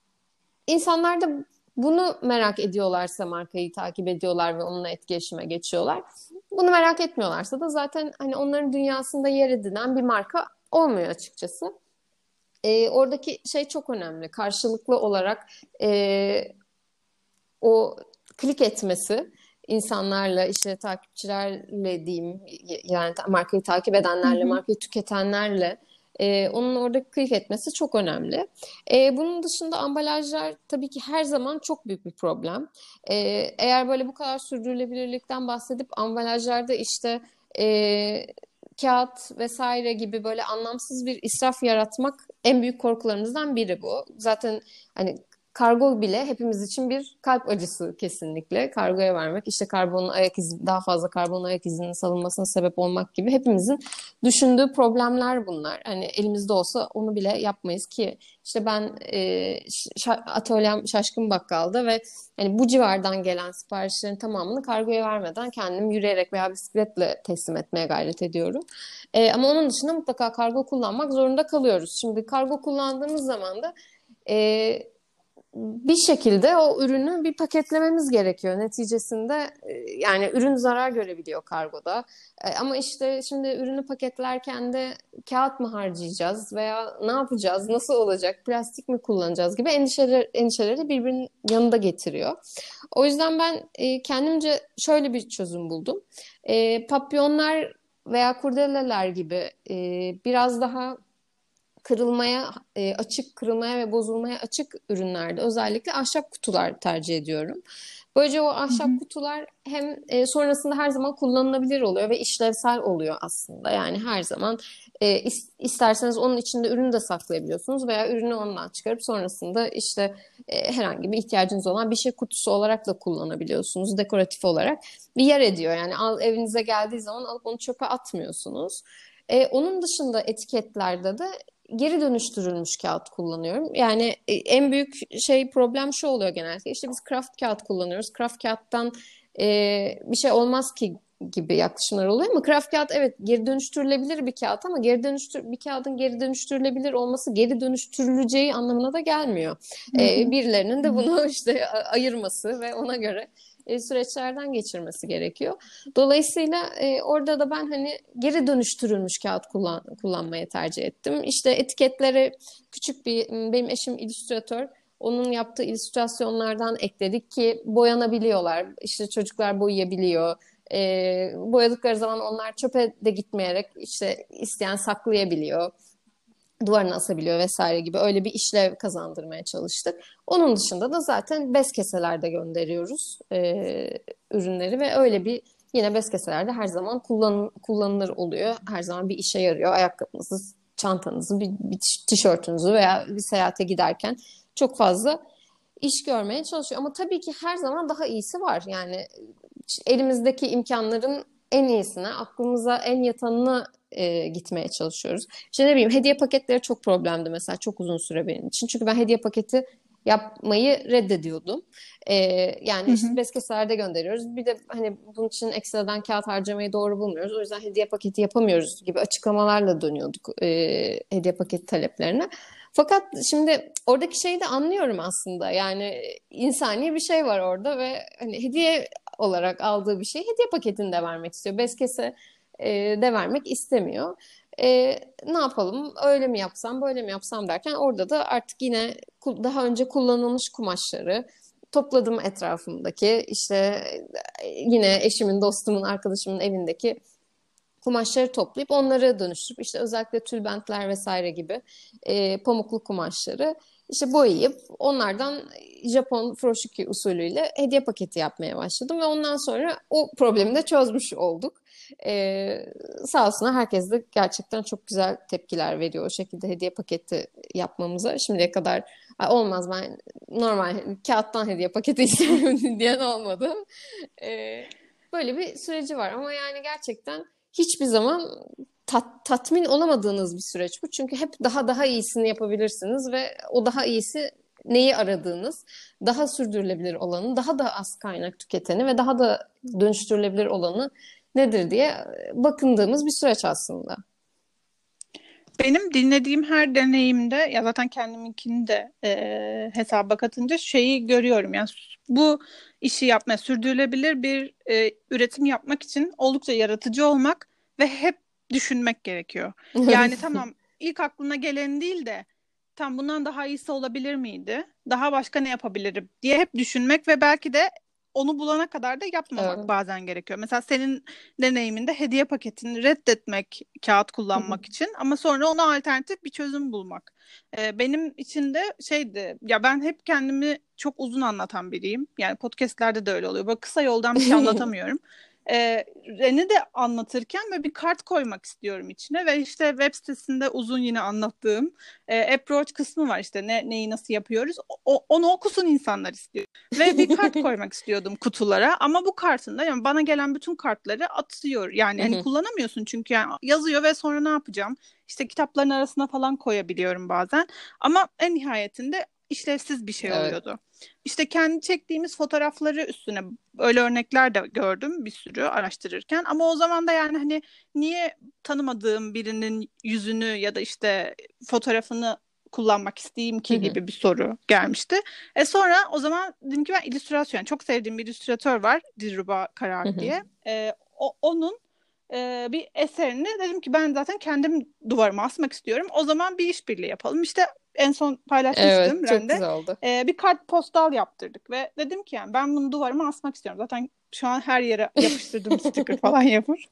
insanlar da bunu merak ediyorlarsa markayı takip ediyorlar ve onunla etkileşime geçiyorlar. Bunu merak etmiyorlarsa da zaten hani onların dünyasında yer edinen bir marka olmuyor açıkçası. E, oradaki şey çok önemli. Karşılıklı olarak e, o klik etmesi insanlarla, işte takipçilerle diyeyim, yani markayı takip Hı edenlerle, hı. markayı tüketenlerle e, onun orada klik etmesi çok önemli. E, bunun dışında ambalajlar tabii ki her zaman çok büyük bir problem. E, eğer böyle bu kadar sürdürülebilirlikten bahsedip ambalajlarda işte e, kağıt vesaire gibi böyle anlamsız bir israf yaratmak en büyük korkularımızdan biri bu. Zaten hani kargo bile hepimiz için bir kalp acısı kesinlikle. Kargoya vermek, işte karbonun ayak izi, daha fazla karbon ayak izinin salınmasına sebep olmak gibi hepimizin düşündüğü problemler bunlar. Hani elimizde olsa onu bile yapmayız ki. İşte ben e, şa- atölyem Şaşkın Bakkal'da ve hani bu civardan gelen siparişlerin tamamını kargoya vermeden kendim yürüyerek veya bisikletle teslim etmeye gayret ediyorum. E, ama onun dışında mutlaka kargo kullanmak zorunda kalıyoruz. Şimdi kargo kullandığımız zaman da e, bir şekilde o ürünü bir paketlememiz gerekiyor. Neticesinde e, yani ürün zarar görebiliyor kargoda. E, Ama işte şimdi ürünü paketlerken de kağıt mı harcayacağız veya ne yapacağız, nasıl olacak, plastik mi kullanacağız gibi endişeler, endişeleri birbirinin yanında getiriyor. O yüzden ben e, kendimce şöyle bir çözüm buldum. E, papyonlar veya kurdeleler gibi e, biraz daha kırılmaya e, açık, kırılmaya ve bozulmaya açık ürünlerde özellikle ahşap kutular tercih ediyorum. Böylece o Hı hı. ahşap kutular hem e, sonrasında her zaman kullanılabilir oluyor ve işlevsel oluyor aslında. Yani her zaman e, isterseniz onun içinde ürünü de saklayabiliyorsunuz veya ürünü ondan çıkarıp sonrasında işte e, herhangi bir ihtiyacınız olan bir şey kutusu olarak da kullanabiliyorsunuz, dekoratif olarak bir yer ediyor. Yani al, evinize geldiği zaman alıp onu çöpe atmıyorsunuz. E, onun dışında etiketlerde de geri dönüştürülmüş kağıt kullanıyorum. Yani e, en büyük şey problem şu oluyor genellikle. İşte biz kraft kağıt kullanıyoruz. Kraft kağıttan e, bir şey olmaz ki gibi yaklaşımlar oluyor ama kraft kağıt evet geri dönüştürülebilir bir kağıt ama geri dönüştür bir kağıdın geri dönüştürülebilir olması geri dönüştürüleceği anlamına da gelmiyor. Hı E, hı. birilerinin Hı de hı. bunu işte ayırması ve ona göre e, süreçlerden geçirmesi gerekiyor. Dolayısıyla e, orada da ben hani geri dönüştürülmüş kağıt kullan, kullanmayı tercih ettim. İşte etiketleri küçük bir, benim eşim illüstratör. onun yaptığı illüstrasyonlardan ekledik ki boyanabiliyorlar. İşte çocuklar boyayabiliyor. E, boyadıkları zaman onlar çöpe de gitmeyerek işte isteyen saklayabiliyor, duvarına asabiliyor vesaire gibi öyle bir işlev kazandırmaya çalıştık. Onun dışında da zaten bez keselerde gönderiyoruz e, ürünleri ve öyle bir yine bez keselerde her zaman kullan, kullanılır oluyor. Her zaman bir işe yarıyor. Ayakkabınızı, çantanızı, bir, bir tişörtünüzü veya bir seyahate giderken çok fazla iş görmeye çalışıyor. Ama tabii ki her zaman daha iyisi var. Yani elimizdeki imkanların en iyisine, aklımıza en yatanına e, gitmeye çalışıyoruz. İşte ne bileyim hediye paketleri çok problemdi mesela çok uzun süre benim için. Çünkü ben hediye paketi yapmayı reddediyordum. E, yani Hı işte hı. beskeselerde gönderiyoruz. Bir de hani bunun için ekstradan kağıt harcamayı doğru bulmuyoruz. O yüzden hediye paketi yapamıyoruz gibi açıklamalarla dönüyorduk e, hediye paketi taleplerine. Fakat şimdi oradaki şeyi de anlıyorum aslında. Yani insani bir şey var orada ve hani hediye olarak aldığı bir şey hediye paketinde vermek istiyor. Beskese e, de vermek istemiyor. E, ne yapalım? Öyle mi yapsam, böyle mi yapsam derken orada da artık yine daha önce kullanılmış kumaşları topladım etrafımdaki işte e, yine eşimin, dostumun, arkadaşımın evindeki kumaşları toplayıp onları dönüştürüp işte özellikle tülbentler vesaire gibi e, pamuklu kumaşları işte boyayıp onlardan Japon furoshiki usulüyle hediye paketi yapmaya başladım ve ondan sonra o problemi de çözmüş olduk. Ee, sağ olsunlar herkes de gerçekten çok güzel tepkiler veriyor o şekilde hediye paketi yapmamıza. Şimdiye kadar olmaz ben normal kağıttan hediye paketi istiyorum diyen olmadı. Ee, böyle bir süreci var ama yani gerçekten hiçbir zaman tat, tatmin olamadığınız bir süreç bu. Çünkü hep daha daha iyisini yapabilirsiniz ve o daha iyisi neyi aradığınız, daha sürdürülebilir olanı, daha da az kaynak tüketeni ve daha da dönüştürülebilir olanı nedir diye bakındığımız bir süreç aslında. Benim dinlediğim her deneyimde ya zaten kendiminkini de e, hesaba katınca şeyi görüyorum. Yani bu işi yapmaya sürdürülebilir bir e, üretim yapmak için oldukça yaratıcı olmak ve hep düşünmek gerekiyor. Yani tamam ilk aklına gelen değil de tam bundan daha iyisi olabilir miydi? Daha başka ne yapabilirim diye hep düşünmek ve belki de onu bulana kadar da yapmamak Evet. bazen gerekiyor. Mesela senin deneyiminde hediye paketini reddetmek kağıt Hı hı. kullanmak için ama sonra ona alternatif bir çözüm bulmak. Ee, benim için de şeydi ya ben hep kendimi çok uzun anlatan biriyim. Yani podcastlerde de öyle oluyor. Böyle kısa yoldan bir şey anlatamıyorum. Ee, Ren'i de anlatırken böyle bir kart koymak istiyorum içine ve işte web sitesinde uzun yine anlattığım e, approach kısmı var işte ne, neyi nasıl yapıyoruz. O, onu okusun insanlar istiyor. Ve bir kart koymak istiyordum kutulara ama bu kartında yani bana gelen bütün kartları atıyor. Yani Hı hani hı. kullanamıyorsun çünkü yani yazıyor ve sonra ne yapacağım? İşte kitapların arasına falan koyabiliyorum bazen. Ama en nihayetinde işlevsiz bir şey Evet. oluyordu. İşte kendi çektiğimiz fotoğrafları üstüne öyle örnekler de gördüm bir sürü araştırırken. Ama o zaman da yani hani niye tanımadığım birinin yüzünü ya da işte fotoğrafını kullanmak isteyeyim Hı ki hı. gibi bir soru gelmişti. E sonra o zaman dedim ki ben illüstrasyon yani çok sevdiğim bir illüstratör var Dilruba Hı Karar hı. diye. E, o, onun e, bir eserini dedim ki ben zaten kendim duvarıma asmak istiyorum. O zaman bir işbirliği yapalım. İşte en son paylaşmıştım Evet, çok Rende. güzel oldu. E, bir kartpostal yaptırdık ve dedim ki yani ben bunu duvarıma asmak istiyorum. Zaten şu an her yere yapıştırdım sticker falan yapar.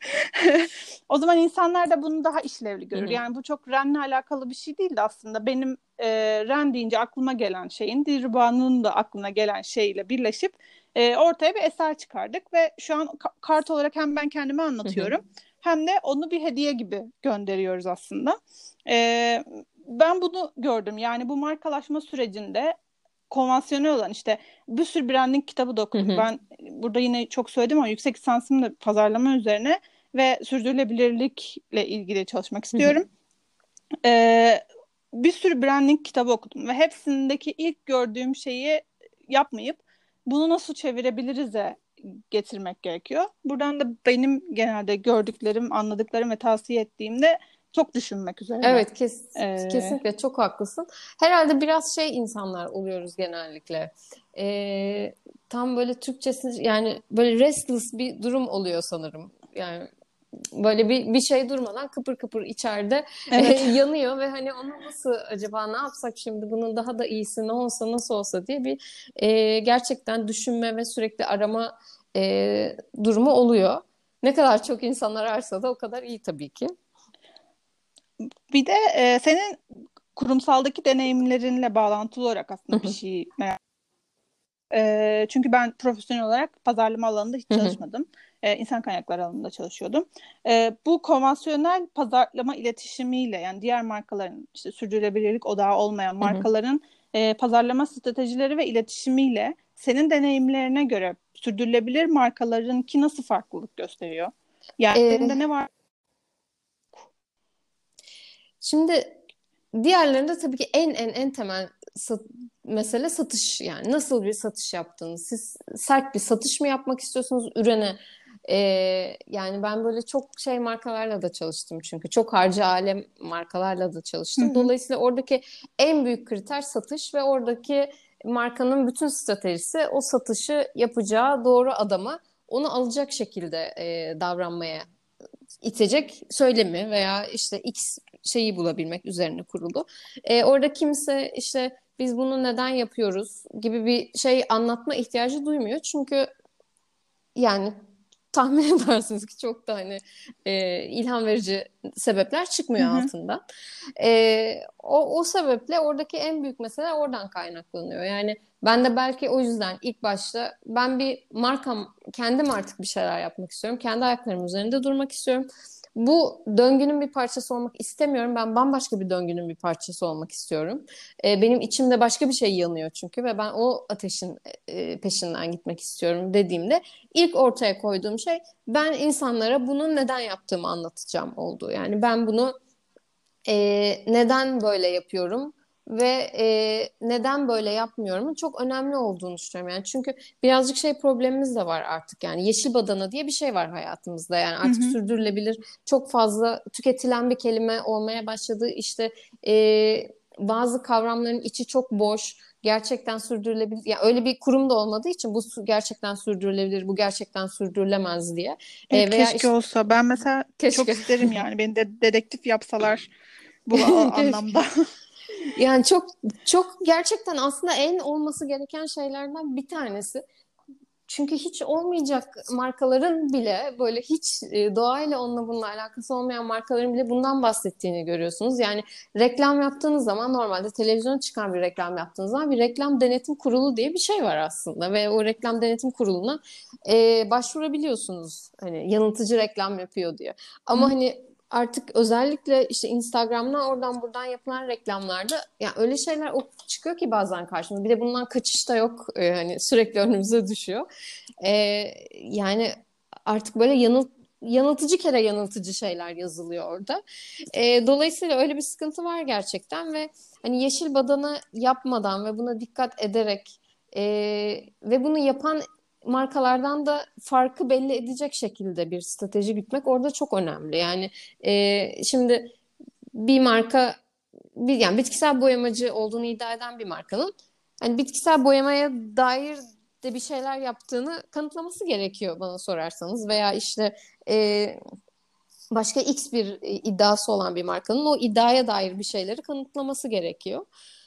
O zaman insanlar da bunu daha işlevli Hı görür. hı. Yani bu çok Ren'le alakalı bir şey değil de aslında benim e, Ren deyince aklıma gelen şeyin Dilruba'nın da aklına gelen şeyle birleşip e, ortaya bir eser çıkardık ve şu an ka- kart olarak hem ben kendime Hı hı. anlatıyorum hem de onu bir hediye gibi gönderiyoruz aslında. E, Ben bunu gördüm. Yani bu markalaşma sürecinde konvansiyonel olan işte bir sürü branding kitabı da Hı okudum. hı. Ben burada yine çok söyledim ama yüksek lisansım da pazarlama üzerine ve sürdürülebilirlikle ilgili çalışmak Hı hı. istiyorum. Ee, Bir sürü branding kitabı okudum ve hepsindeki ilk gördüğüm şeyi yapmayıp bunu nasıl çevirebiliriz'e getirmek gerekiyor. Buradan da benim genelde gördüklerim, anladıklarım ve tavsiye ettiğimde çok düşünmek üzerine. Evet, kes, Ee, kesinlikle çok haklısın. Herhalde biraz şey insanlar oluyoruz genellikle. Ee, tam böyle Türkçesi yani böyle restless bir durum oluyor sanırım. Yani böyle bir bir şey durmadan kıpır kıpır içeride Evet. yanıyor ve hani onu nasıl acaba ne yapsak şimdi bunun daha da iyisi ne olsa nasıl olsa diye bir e, gerçekten düşünme ve sürekli arama e, durumu oluyor. Ne kadar çok insan ararsa da o kadar iyi tabii ki. Bir de e, senin kurumsaldaki deneyimlerinle bağlantılı olarak aslında bir şey merak. E, çünkü ben profesyonel olarak pazarlama alanında hiç çalışmadım. E, insan kaynakları alanında çalışıyordum. E, bu konvansiyonel pazarlama iletişimiyle, yani diğer markaların, işte sürdürülebilirlik odağı olmayan markaların e, pazarlama stratejileri ve iletişimiyle senin deneyimlerine göre sürdürülebilir markalarınki nasıl farklılık gösteriyor? Yani E, elinde ne var? Şimdi diğerlerinde tabii ki en en en temel sat- mesele satış, yani nasıl bir satış yaptığınız. Siz sert bir satış mı yapmak istiyorsunuz ürüne? Ee, yani ben böyle çok şey markalarla da çalıştım, çünkü çok harcı alem markalarla da Hı çalıştım. hı. Dolayısıyla oradaki en büyük kriter satış ve oradaki markanın bütün stratejisi o satışı yapacağı doğru adama onu alacak şekilde e, davranmaya itecek söylemi veya işte X şeyi bulabilmek üzerine kurulu. E, orada kimse işte biz bunu neden yapıyoruz gibi bir şey anlatma ihtiyacı duymuyor. Çünkü yani tahmin edersiniz ki çok da hani e, ilham verici sebepler Hı çıkmıyor hı. altında. E, o, o sebeple oradaki en büyük mesele oradan kaynaklanıyor. Yani ben de belki o yüzden ilk başta ben bir markam, kendim artık bir şeyler yapmak istiyorum. Kendi ayaklarımın üzerinde durmak istiyorum. Bu döngünün bir parçası olmak istemiyorum. Ben bambaşka bir döngünün bir parçası olmak istiyorum. E, benim içimde başka bir şey yanıyor çünkü ve ben o ateşin e, peşinden gitmek istiyorum dediğimde İlk ortaya koyduğum şey, ben insanlara bunu neden yaptığımı anlatacağım oldu. Yani ben bunu e, neden böyle yapıyorum ve e, neden böyle yapmıyorumun çok önemli olduğunu düşünüyorum. Yani çünkü birazcık şey problemimiz de var artık, yani yeşil badana diye bir şey var hayatımızda. Yani Hı artık hı. sürdürülebilir çok fazla tüketilen bir kelime olmaya başladı. İşte e, bazı kavramların içi çok boş. Gerçekten sürdürülebilir, yani öyle bir kurum da olmadığı için bu su- gerçekten sürdürülebilir, bu gerçekten sürdürülemez diye. E, E, veya keşke işte olsa. Ben mesela çok keşke. isterim, yani beni de dedektif yapsalar bu a- Keşke. anlamda. Yani çok çok gerçekten aslında en olması gereken şeylerden bir tanesi. Çünkü hiç olmayacak markaların bile, böyle hiç e, doğayla onunla bununla alakası olmayan markaların bile bundan bahsettiğini görüyorsunuz. Yani reklam yaptığınız zaman, normalde televizyona çıkan bir reklam yaptığınız zaman bir reklam denetim kurulu diye bir şey var aslında ve o reklam denetim kuruluna e, başvurabiliyorsunuz. Hani yanıltıcı reklam yapıyor diye. Ama Hı. hani artık özellikle işte Instagram'dan oradan buradan yapılan reklamlarda yani öyle şeyler o çıkıyor ki bazen karşımıza. Bir de bundan kaçış da yok. Ee, hani sürekli önümüze düşüyor. Ee, yani artık böyle yanıl yanıltıcı kere yanıltıcı şeyler yazılıyor orada. Ee, dolayısıyla öyle bir sıkıntı var gerçekten ve hani yeşil badana yapmadan ve buna dikkat ederek e, ve bunu yapan markalardan da farkı belli edecek şekilde bir strateji gütmek orada çok önemli. Yani e, şimdi bir marka, bir, yani bitkisel boyamacı olduğunu iddia eden bir markanın hani bitkisel boyamaya dair de bir şeyler yaptığını kanıtlaması gerekiyor bana sorarsanız, veya işte e, başka X bir e, iddiası olan bir markanın o iddiaya dair bir şeyleri kanıtlaması gerekiyor.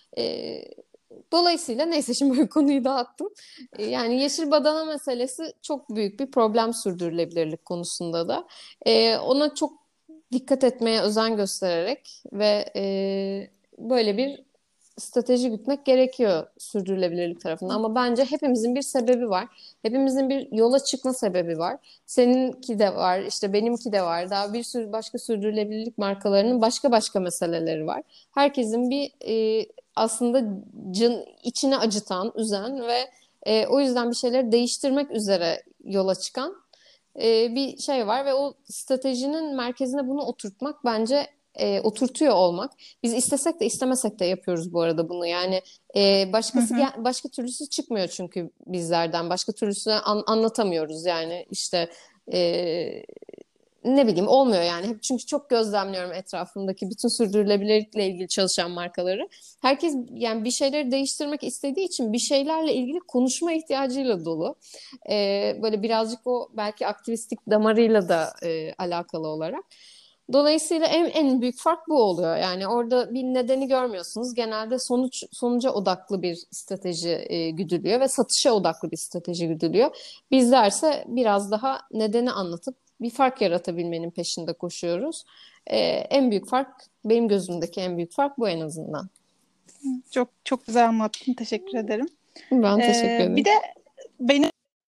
E, Dolayısıyla neyse, şimdi bu konuyu dağıttım. E, Yani yeşil badana meselesi çok büyük bir problem sürdürülebilirlik konusunda da. E, ona çok dikkat etmeye özen göstererek ve e, böyle bir strateji gütmek gerekiyor sürdürülebilirlik tarafında. Ama bence hepimizin bir sebebi var. Hepimizin bir yola çıkma sebebi var. Seninki de var, işte benimki de var. Daha bir sürü başka sürdürülebilirlik markalarının başka başka meseleleri var. Herkesin bir e, aslında can, içini acıtan, üzen ve e, o yüzden bir şeyleri değiştirmek üzere yola çıkan e, bir şey var ve o stratejinin merkezine bunu oturtmak bence e, oturtuyor olmak. Biz istesek de istemesek de yapıyoruz bu arada bunu. Yani e, Hı başkası hı. gel- başka türlüsü çıkmıyor çünkü bizlerden. Başka türlüsünü an- anlatamıyoruz yani işte e, ne bileyim olmuyor yani. Hep çünkü çok gözlemliyorum etrafımdaki bütün sürdürülebilirlikle ilgili çalışan markaları. Herkes yani bir şeyleri değiştirmek istediği için bir şeylerle ilgili konuşma ihtiyacıyla dolu. Ee, böyle birazcık o belki aktivistlik damarıyla da e, alakalı olarak. Dolayısıyla en en büyük fark bu oluyor. Yani orada bir nedeni görmüyorsunuz. Genelde sonuç sonuca odaklı bir strateji e, güdülüyor ve satışa odaklı bir strateji güdülüyor. Bizlerse biraz daha nedeni anlatıp bir fark yaratabilmenin peşinde koşuyoruz. Ee, en büyük fark, benim gözümdeki en büyük fark bu en azından. Çok çok güzel anlattın. Teşekkür ederim. Ben teşekkür Ee, bir ederim. de benim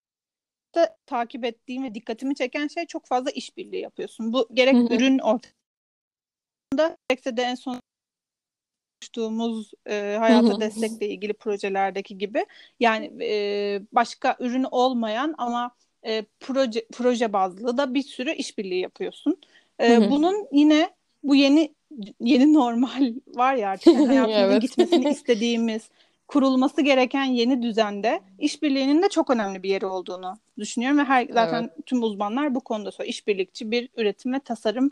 de takip ettiğim ve dikkatimi çeken şey, çok fazla işbirliği yapıyorsun. Bu Hı gerek hı, ürün ortamında gerekse de en son konuştuğumuz e, hı hayata hı, destekle ilgili projelerdeki gibi. Yani e, başka ürün olmayan ama e, proje proje bazlı da bir sürü işbirliği yapıyorsun. hı E, hı. bunun yine bu yeni yeni normal var ya artık, yani hayatımızın Evet. gitmesini istediğimiz, kurulması gereken yeni düzende işbirliğinin de çok önemli bir yeri olduğunu düşünüyorum ve her Evet. zaten tüm uzmanlar bu konuda söylüyor. İşbirlikçi bir üretim ve tasarım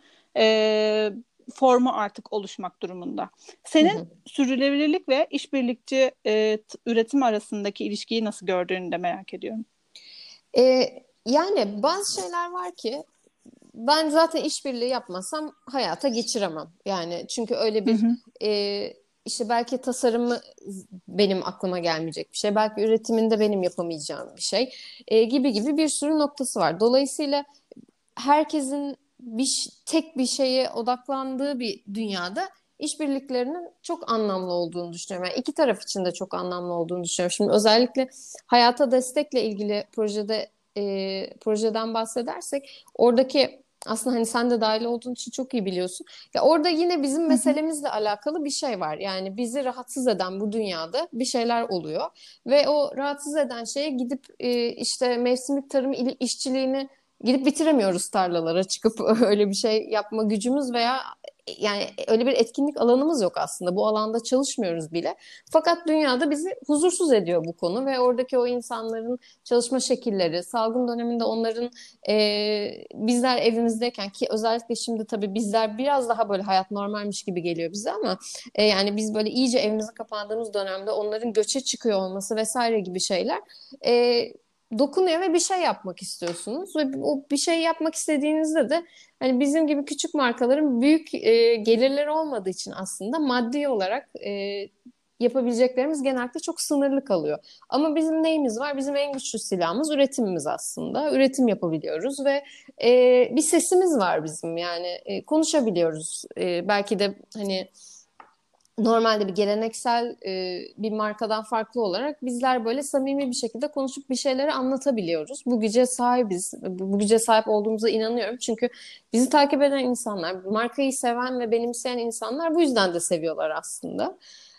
e, formu artık oluşmak durumunda. Hı Senin hı. sürdürülebilirlik ve işbirlikçi e, t- üretim arasındaki ilişkiyi nasıl gördüğünü de merak ediyorum. Ee, yani bazı şeyler var ki ben zaten işbirliği yapmasam hayata geçiremem. Yani çünkü öyle Hı bir hı. e, işte belki tasarımı benim aklıma gelmeyecek bir şey. Belki üretiminde benim yapamayacağım bir şey e, gibi gibi bir sürü noktası var. Dolayısıyla herkesin bir ş- tek bir şeye odaklandığı bir dünyada işbirliklerinin çok anlamlı olduğunu düşünüyorum. Yani iki taraf için de çok anlamlı olduğunu düşünüyorum. Şimdi özellikle hayata destekle ilgili projede e, projeden bahsedersek oradaki aslında hani sen de dahil olduğun için çok iyi biliyorsun. Ya orada yine bizim Hı hı. meselemizle alakalı bir şey var. Yani bizi rahatsız eden bu dünyada bir şeyler oluyor ve o rahatsız eden şeye gidip e, işte mevsimlik tarım il- işçiliğini gidip bitiremiyoruz tarlalara çıkıp öyle bir şey yapma gücümüz veya yani öyle bir etkinlik alanımız yok aslında. Bu alanda çalışmıyoruz bile. Fakat dünyada bizi huzursuz ediyor bu konu ve oradaki o insanların çalışma şekilleri, salgın döneminde onların e, bizler evimizdeyken ki özellikle şimdi tabii bizler biraz daha böyle hayat normalmiş gibi geliyor bize ama e, yani biz böyle iyice evimize kapandığımız dönemde onların göçe çıkıyor olması vesaire gibi şeyler e, dokunuyor ve bir şey yapmak istiyorsunuz ve o bir şey yapmak istediğinizde de hani bizim gibi küçük markaların büyük e, gelirleri olmadığı için aslında maddi olarak e, yapabileceklerimiz genellikle çok sınırlı kalıyor. Ama bizim neyimiz var? Bizim en güçlü silahımız üretimimiz aslında. Üretim yapabiliyoruz ve e, bir sesimiz var bizim yani e, konuşabiliyoruz. E, belki de hani normalde bir geleneksel e, bir markadan farklı olarak bizler böyle samimi bir şekilde konuşup bir şeyleri anlatabiliyoruz. Bu güce sahibiz. Bu güce sahip olduğumuza inanıyorum. Çünkü bizi takip eden insanlar, markayı seven ve benimseyen insanlar bu yüzden de seviyorlar aslında.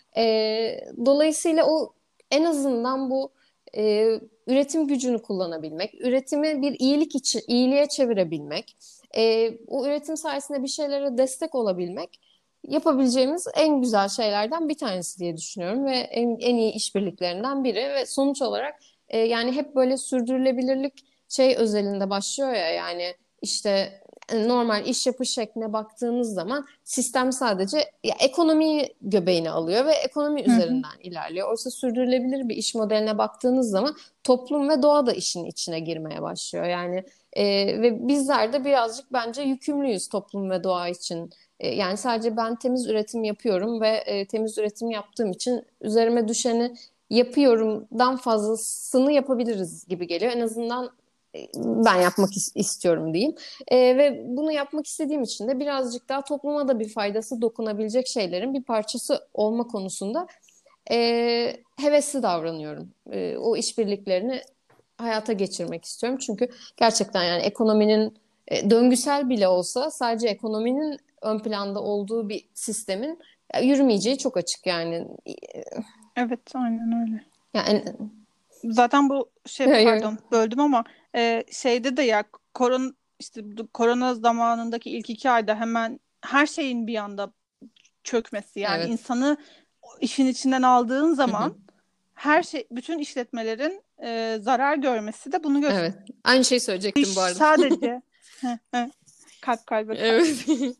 E, dolayısıyla o en azından bu e, üretim gücünü kullanabilmek, üretimi bir iyilik için iyiliğe çevirebilmek, e, o üretim sayesinde bir şeylere destek olabilmek yapabileceğimiz en güzel şeylerden bir tanesi diye düşünüyorum ve en, en iyi işbirliklerinden biri ve sonuç olarak e, yani hep böyle sürdürülebilirlik şey özelinde başlıyor ya yani işte e, normal iş yapış şekline baktığınız zaman sistem sadece ya, ekonomiyi göbeğine alıyor ve ekonomi Hı hı. üzerinden ilerliyor. Oysa sürdürülebilir bir iş modeline baktığınız zaman toplum ve doğa da işin içine girmeye başlıyor. Yani e, ve bizler de birazcık bence yükümlüyüz toplum ve doğa için. E, Yani sadece ben temiz üretim yapıyorum ve e, temiz üretim yaptığım için üzerime düşeni yapıyorumdan fazlasını yapabiliriz gibi geliyor. En azından e, ben yapmak is- istiyorum diyeyim. E, ve bunu yapmak istediğim için de birazcık daha topluma da bir faydası dokunabilecek şeylerin bir parçası olma konusunda e, hevesli davranıyorum. E, o işbirliklerini hayata geçirmek istiyorum. Çünkü gerçekten yani ekonominin e, döngüsel bile olsa sadece ekonominin ön planda olduğu bir sistemin ya, yürümeyeceği çok açık yani. Evet, aynen öyle. Yani Zaten bu şey, pardon böldüm ama e, şeyde de ya koron işte bu korona zamanındaki ilk iki ayda hemen her şeyin bir anda çökmesi, yani evet. insanı işin içinden aldığın Hı hı. zaman her şey, bütün işletmelerin e, zarar görmesi de bunu gösteriyor. Evet. Aynı şeyi söyleyecektim bu arada. Sadece Kalp kalbe kalp. Evet.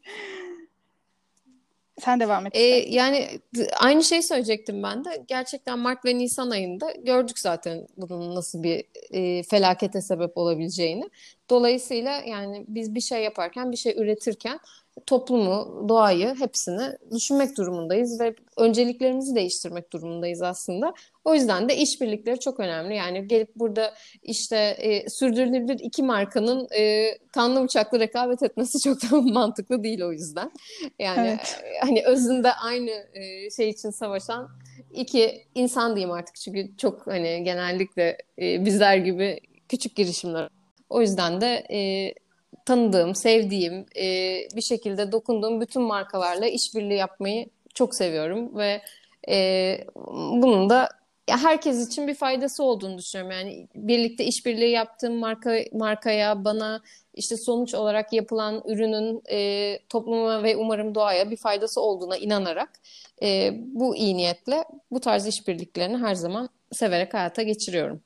Sen devam et E, istersen. yani d- aynı şeyi söyleyecektim ben de. Gerçekten Mart ve Nisan ayında gördük zaten bunun nasıl bir e, felakete sebep olabileceğini. Dolayısıyla yani biz bir şey yaparken, bir şey üretirken toplumu, doğayı, hepsini düşünmek durumundayız ve önceliklerimizi değiştirmek durumundayız aslında. O yüzden de işbirlikleri çok önemli. Yani gelip burada işte e, sürdürülebilir iki markanın e, kanlı bıçaklı rekabet etmesi çok da mantıklı değil o yüzden. Yani Evet. e, hani özünde aynı e, şey için savaşan iki insan diyeyim artık. Çünkü çok hani genellikle e, bizler gibi küçük girişimler. O yüzden de e, tanıdığım, sevdiğim, e, bir şekilde dokunduğum bütün markalarla işbirliği yapmayı çok seviyorum ve e, bunun da ya herkes için bir faydası olduğunu düşünüyorum. Yani birlikte işbirliği yaptığım marka markaya, bana işte sonuç olarak yapılan ürünün e, topluma ve umarım doğaya bir faydası olduğuna inanarak e, bu iyi niyetle bu tarz işbirliklerini her zaman severek hayata geçiriyorum.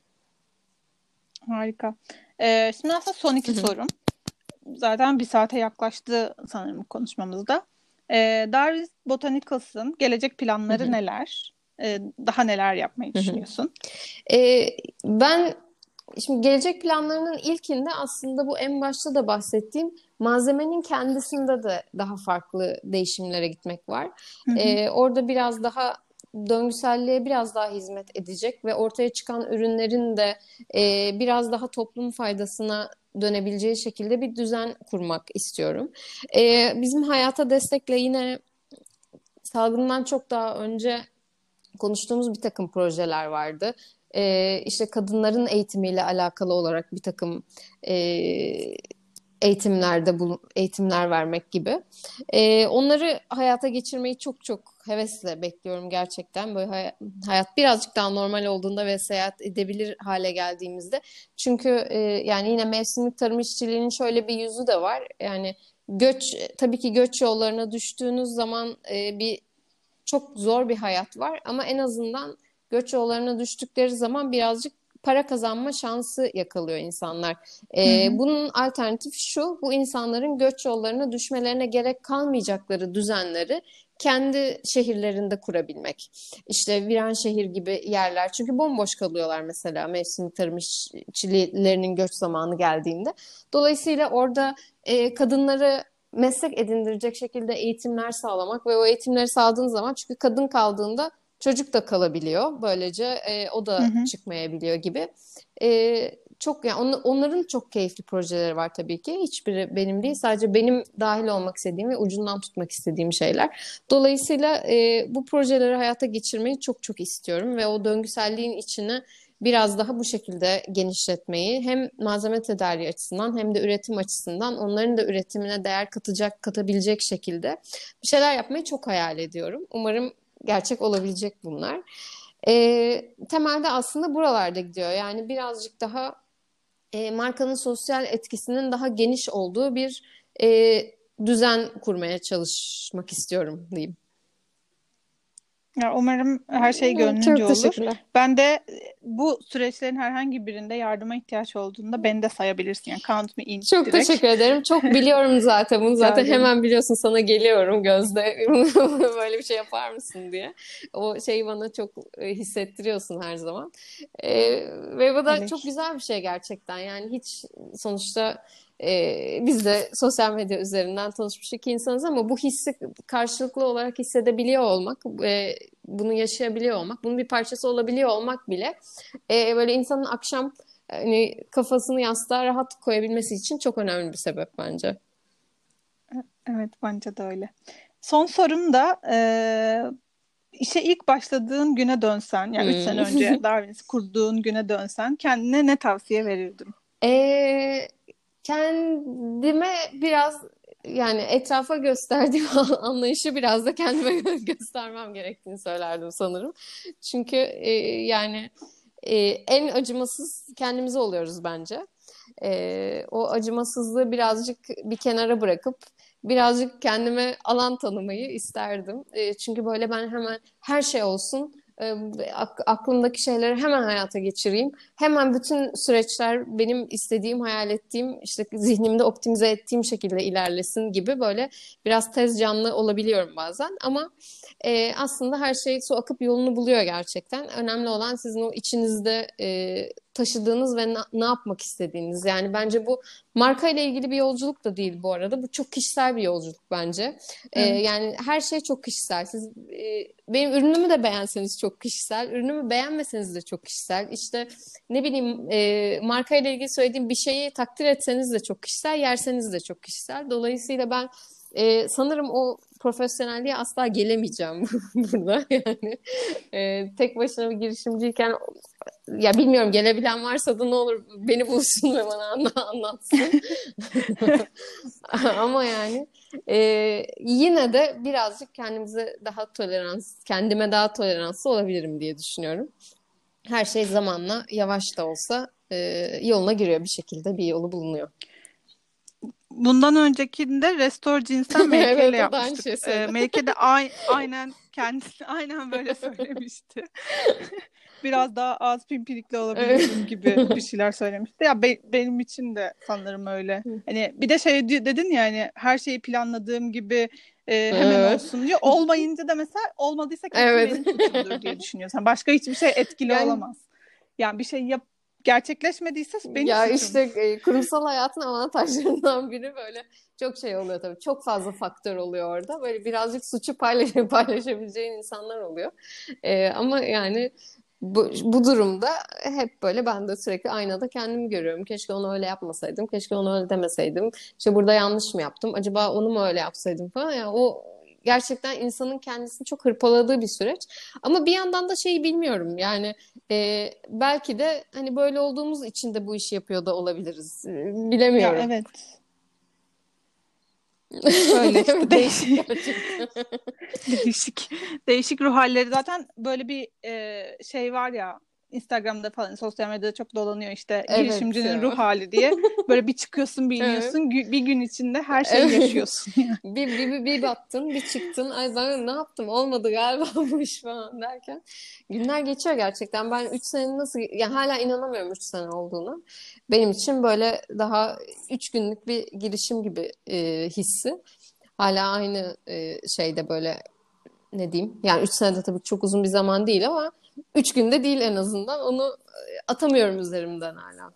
Harika. Ee, şimdi aslında son Hı iki hı, sorum. Zaten bir saate yaklaştı sanırım konuşmamızda. Ee, Darwin Botanicals'ın gelecek hı planları hı, neler? Ee, daha neler yapmayı hı hı. düşünüyorsun? E, ben Şimdi gelecek planlarının ilkinde aslında bu en başta da bahsettiğim malzemenin kendisinde de daha farklı değişimlere gitmek var. Hı hı. Ee, orada biraz daha döngüselliğe biraz daha hizmet edecek ve ortaya çıkan ürünlerin de e, biraz daha toplum faydasına dönebileceği şekilde bir düzen kurmak istiyorum. Ee, bizim hayata destekle yine salgından çok daha önce konuştuğumuz bir takım projeler vardı. Ee, işte kadınların eğitimiyle alakalı olarak bir takım e, eğitimlerde bu eğitimler vermek gibi. Ee, onları hayata geçirmeyi çok çok hevesle bekliyorum gerçekten. Böyle hay- hayat birazcık daha normal olduğunda ve seyahat edebilir hale geldiğimizde. Çünkü e, yani yine mevsimlik tarım işçiliğinin şöyle bir yüzü de var. Yani göç tabii ki göç yollarına düştüğünüz zaman e, bir çok zor bir hayat var ama en azından göç yollarına düştükleri zaman birazcık para kazanma şansı yakalıyor insanlar. Hı Ee, hı. bunun alternatifi şu, bu insanların göç yollarına düşmelerine gerek kalmayacakları düzenleri kendi şehirlerinde kurabilmek. İşte Viranşehir gibi yerler çünkü bomboş kalıyorlar mesela mevsimlik tarım işçilerinin göç zamanı geldiğinde. Dolayısıyla orada e, kadınları meslek edindirecek şekilde eğitimler sağlamak ve o eğitimleri sağladığın zaman çünkü kadın kaldığında çocuk da kalabiliyor. Böylece e, o Hı da hı. çıkmayabiliyor gibi. E, çok yani on, onların çok keyifli projeleri var tabii ki. Hiçbiri benim değil. Sadece benim dahil olmak istediğim ve ucundan tutmak istediğim şeyler. Dolayısıyla e, bu projeleri hayata geçirmeyi çok çok istiyorum ve o döngüselliğin içine biraz daha bu şekilde genişletmeyi hem malzeme tedariği açısından hem de üretim açısından onların da üretimine değer katacak, katabilecek şekilde bir şeyler yapmayı çok hayal ediyorum. Umarım gerçek olabilecek bunlar. E, temelde aslında buralarda gidiyor. Yani birazcık daha e, markanın sosyal etkisinin daha geniş olduğu bir e, düzen kurmaya çalışmak istiyorum diyeyim. Ya umarım her şey Çok gönlünce olur. teşekkürler. Ben de e, bu süreçlerin herhangi birinde yardıma ihtiyaç olduğunda beni de sayabilirsin. Yani count me in Çok direkt. teşekkür ederim. Çok biliyorum zaten bunu. Rica Zaten ederim. hemen biliyorsun sana geliyorum Gözde. Böyle bir şey yapar mısın diye. O şeyi bana çok e, hissettiriyorsun her zaman. E, ve bu da çok Oley. güzel bir şey gerçekten. Yani hiç sonuçta e, biz de sosyal medya üzerinden tanışmış iki insanız ama bu hissi karşılıklı olarak hissedebiliyor olmak, e, bunu yaşayabiliyor olmak, bunun bir parçası olabiliyor olmak bile e, böyle insanın akşam hani kafasını yastığa rahat koyabilmesi için çok önemli bir sebep bence. Evet bence de öyle. Son sorum da e, işe ilk başladığın güne dönsen, yani üç sene önce Hmm. Darwin'i kurduğun güne dönsen kendine ne tavsiye verirdin? Ee, kendime biraz yani etrafa gösterdiğim anlayışı biraz da kendime göstermem gerektiğini söylerdim sanırım. Çünkü e, yani e, en acımasız kendimize oluyoruz bence. E, o acımasızlığı birazcık bir kenara bırakıp birazcık kendime alan tanımayı isterdim. E, çünkü böyle ben hemen her şey olsun, e, ak- aklımdaki şeyleri hemen hayata geçireyim. Hemen bütün süreçler benim istediğim, hayal ettiğim, işte zihnimde optimize ettiğim şekilde ilerlesin gibi böyle biraz tez canlı olabiliyorum bazen. Ama e, aslında her şey su akıp yolunu buluyor gerçekten. Önemli olan sizin o içinizde e, taşıdığınız ve na- ne yapmak istediğiniz. Yani bence bu marka ile ilgili bir yolculuk da değil bu arada. Bu çok kişisel bir yolculuk bence. E, Evet. yani her şey çok kişisel. Siz e, benim ürünümü de beğenseniz çok kişisel, ürünümü beğenmeseniz de çok kişisel. İşte ne bileyim e, marka ile ilgili söylediğim bir şeyi takdir etseniz de çok kişisel, yerseniz de çok kişisel. Dolayısıyla ben e, sanırım o profesyonelliğe asla gelemeyeceğim burada. Yani e, tek başına bir girişimciyken ya bilmiyorum, gelebilen varsa da ne olur beni bulsun ve bana anla- anlatsın. Ama yani e, yine de birazcık kendimize daha tolerans, kendime daha toleranslı olabilirim diye düşünüyorum. Her şey zamanla yavaş da olsa e, yoluna giriyor, bir şekilde bir yolu bulunuyor. Bundan öncekinde Restore Jeans'ten Melike ile Evet, o da aynı yapmıştık. şey Ee, söyledi. Melike de ay- aynen kendisi aynen böyle söylemişti. Biraz daha az pimpirikli olabilirdim gibi bir şeyler söylemişti. Ya be- benim için de sanırım öyle. Hani bir de şey di- dedin ya, hani her şeyi planladığım gibi e, hemen Evet. olsun diyor. Olmayınca da mesela olmadıysa kesin Evet. benim suçumdur diye düşünüyorsun. Başka hiçbir şey etkili Yani olamaz. Yani bir şey yap gerçekleşmediyse benim ya suçum. işte e, kurumsal hayatın avantajlarından biri böyle çok şey oluyor tabii. Çok fazla faktör oluyor orada. Böyle birazcık suçu paylaş paylaşabileceğin insanlar oluyor. E, ama yani bu, bu durumda hep böyle ben de sürekli aynada kendimi görüyorum. Keşke onu öyle yapmasaydım. Keşke onu öyle demeseydim. İşte burada yanlış mı yaptım? Acaba onu mu öyle yapsaydım falan. Yani o gerçekten insanın kendisini çok hırpaladığı bir süreç. Ama bir yandan da şeyi bilmiyorum. Yani e, belki de hani böyle olduğumuz için de bu işi yapıyor da olabiliriz. E, Ya bilemiyorum. evet. Öyle işte de Değişik gerçekten. değişik değişik ruh halleri. Zaten böyle bir e, şey var ya, Instagram'da falan sosyal medyada çok dolanıyor işte, Evet girişimcinin ruh ya. hali diye. Böyle bir çıkıyorsun, bir Evet. iniyorsun, gü- bir gün içinde her şeyi Evet. yaşıyorsun yani. Bir, bir, bir, bir battın, bir çıktın. Ay ben ne yaptım? Olmadı galiba bu iş falan derken. Günler geçiyor gerçekten. Ben üç sene nasıl... Yani hala inanamıyorum üç sene olduğunu. Benim için böyle daha üç günlük bir girişim gibi e, hissi. Hala aynı e, şeyde böyle ne diyeyim. Yani üç senede tabii çok uzun bir zaman değil ama üç günde değil en azından. Onu e, atamıyorum üzerimden hala.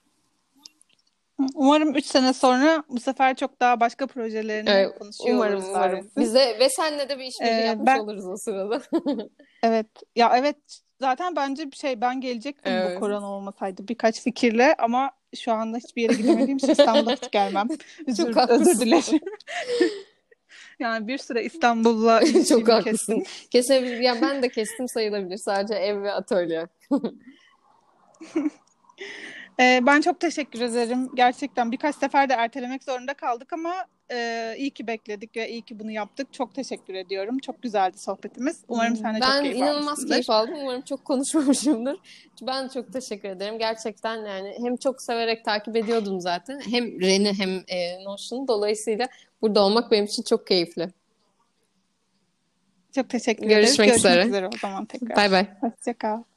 Umarım üç sene sonra bu sefer çok daha başka projelerini Evet, konuşuyor umarım oluruz umarım. Sare'cim. Biz de ve senle de bir işbirliği E, yapmış ben oluruz o sırada. evet ya evet, zaten bence bir şey, ben gelecektim bu Evet. korona olmasaydı birkaç fikirle, ama şu anda hiçbir yere gidemediğim için İstanbul'a hiç gelmem. Çok Özür, özür haklısın. dilerim. Yani bir süre İstanbul'la Çok ilişkimi haklısın. kestim. Kesebilir. Ya ben de kestim sayılabilir. Sadece ev ve atölye. Ee, ben çok teşekkür ederim. Gerçekten birkaç sefer de ertelemek zorunda kaldık ama e, iyi ki bekledik ve iyi ki bunu yaptık. Çok teşekkür ediyorum. Çok güzeldi sohbetimiz. Umarım sen de çok Ben keyif inanılmaz almışsındır. keyif aldım. Umarım çok konuşmamışımdır. Ben çok teşekkür ederim. Gerçekten yani hem çok severek takip ediyordum zaten. Hem Ren'i hem e, Notion'u. Dolayısıyla burada olmak benim için çok keyifli. Çok teşekkür ederiz. Görüşmek Görüşmek üzere. üzere o zaman Bay tekrar. bay. Hoşça kal.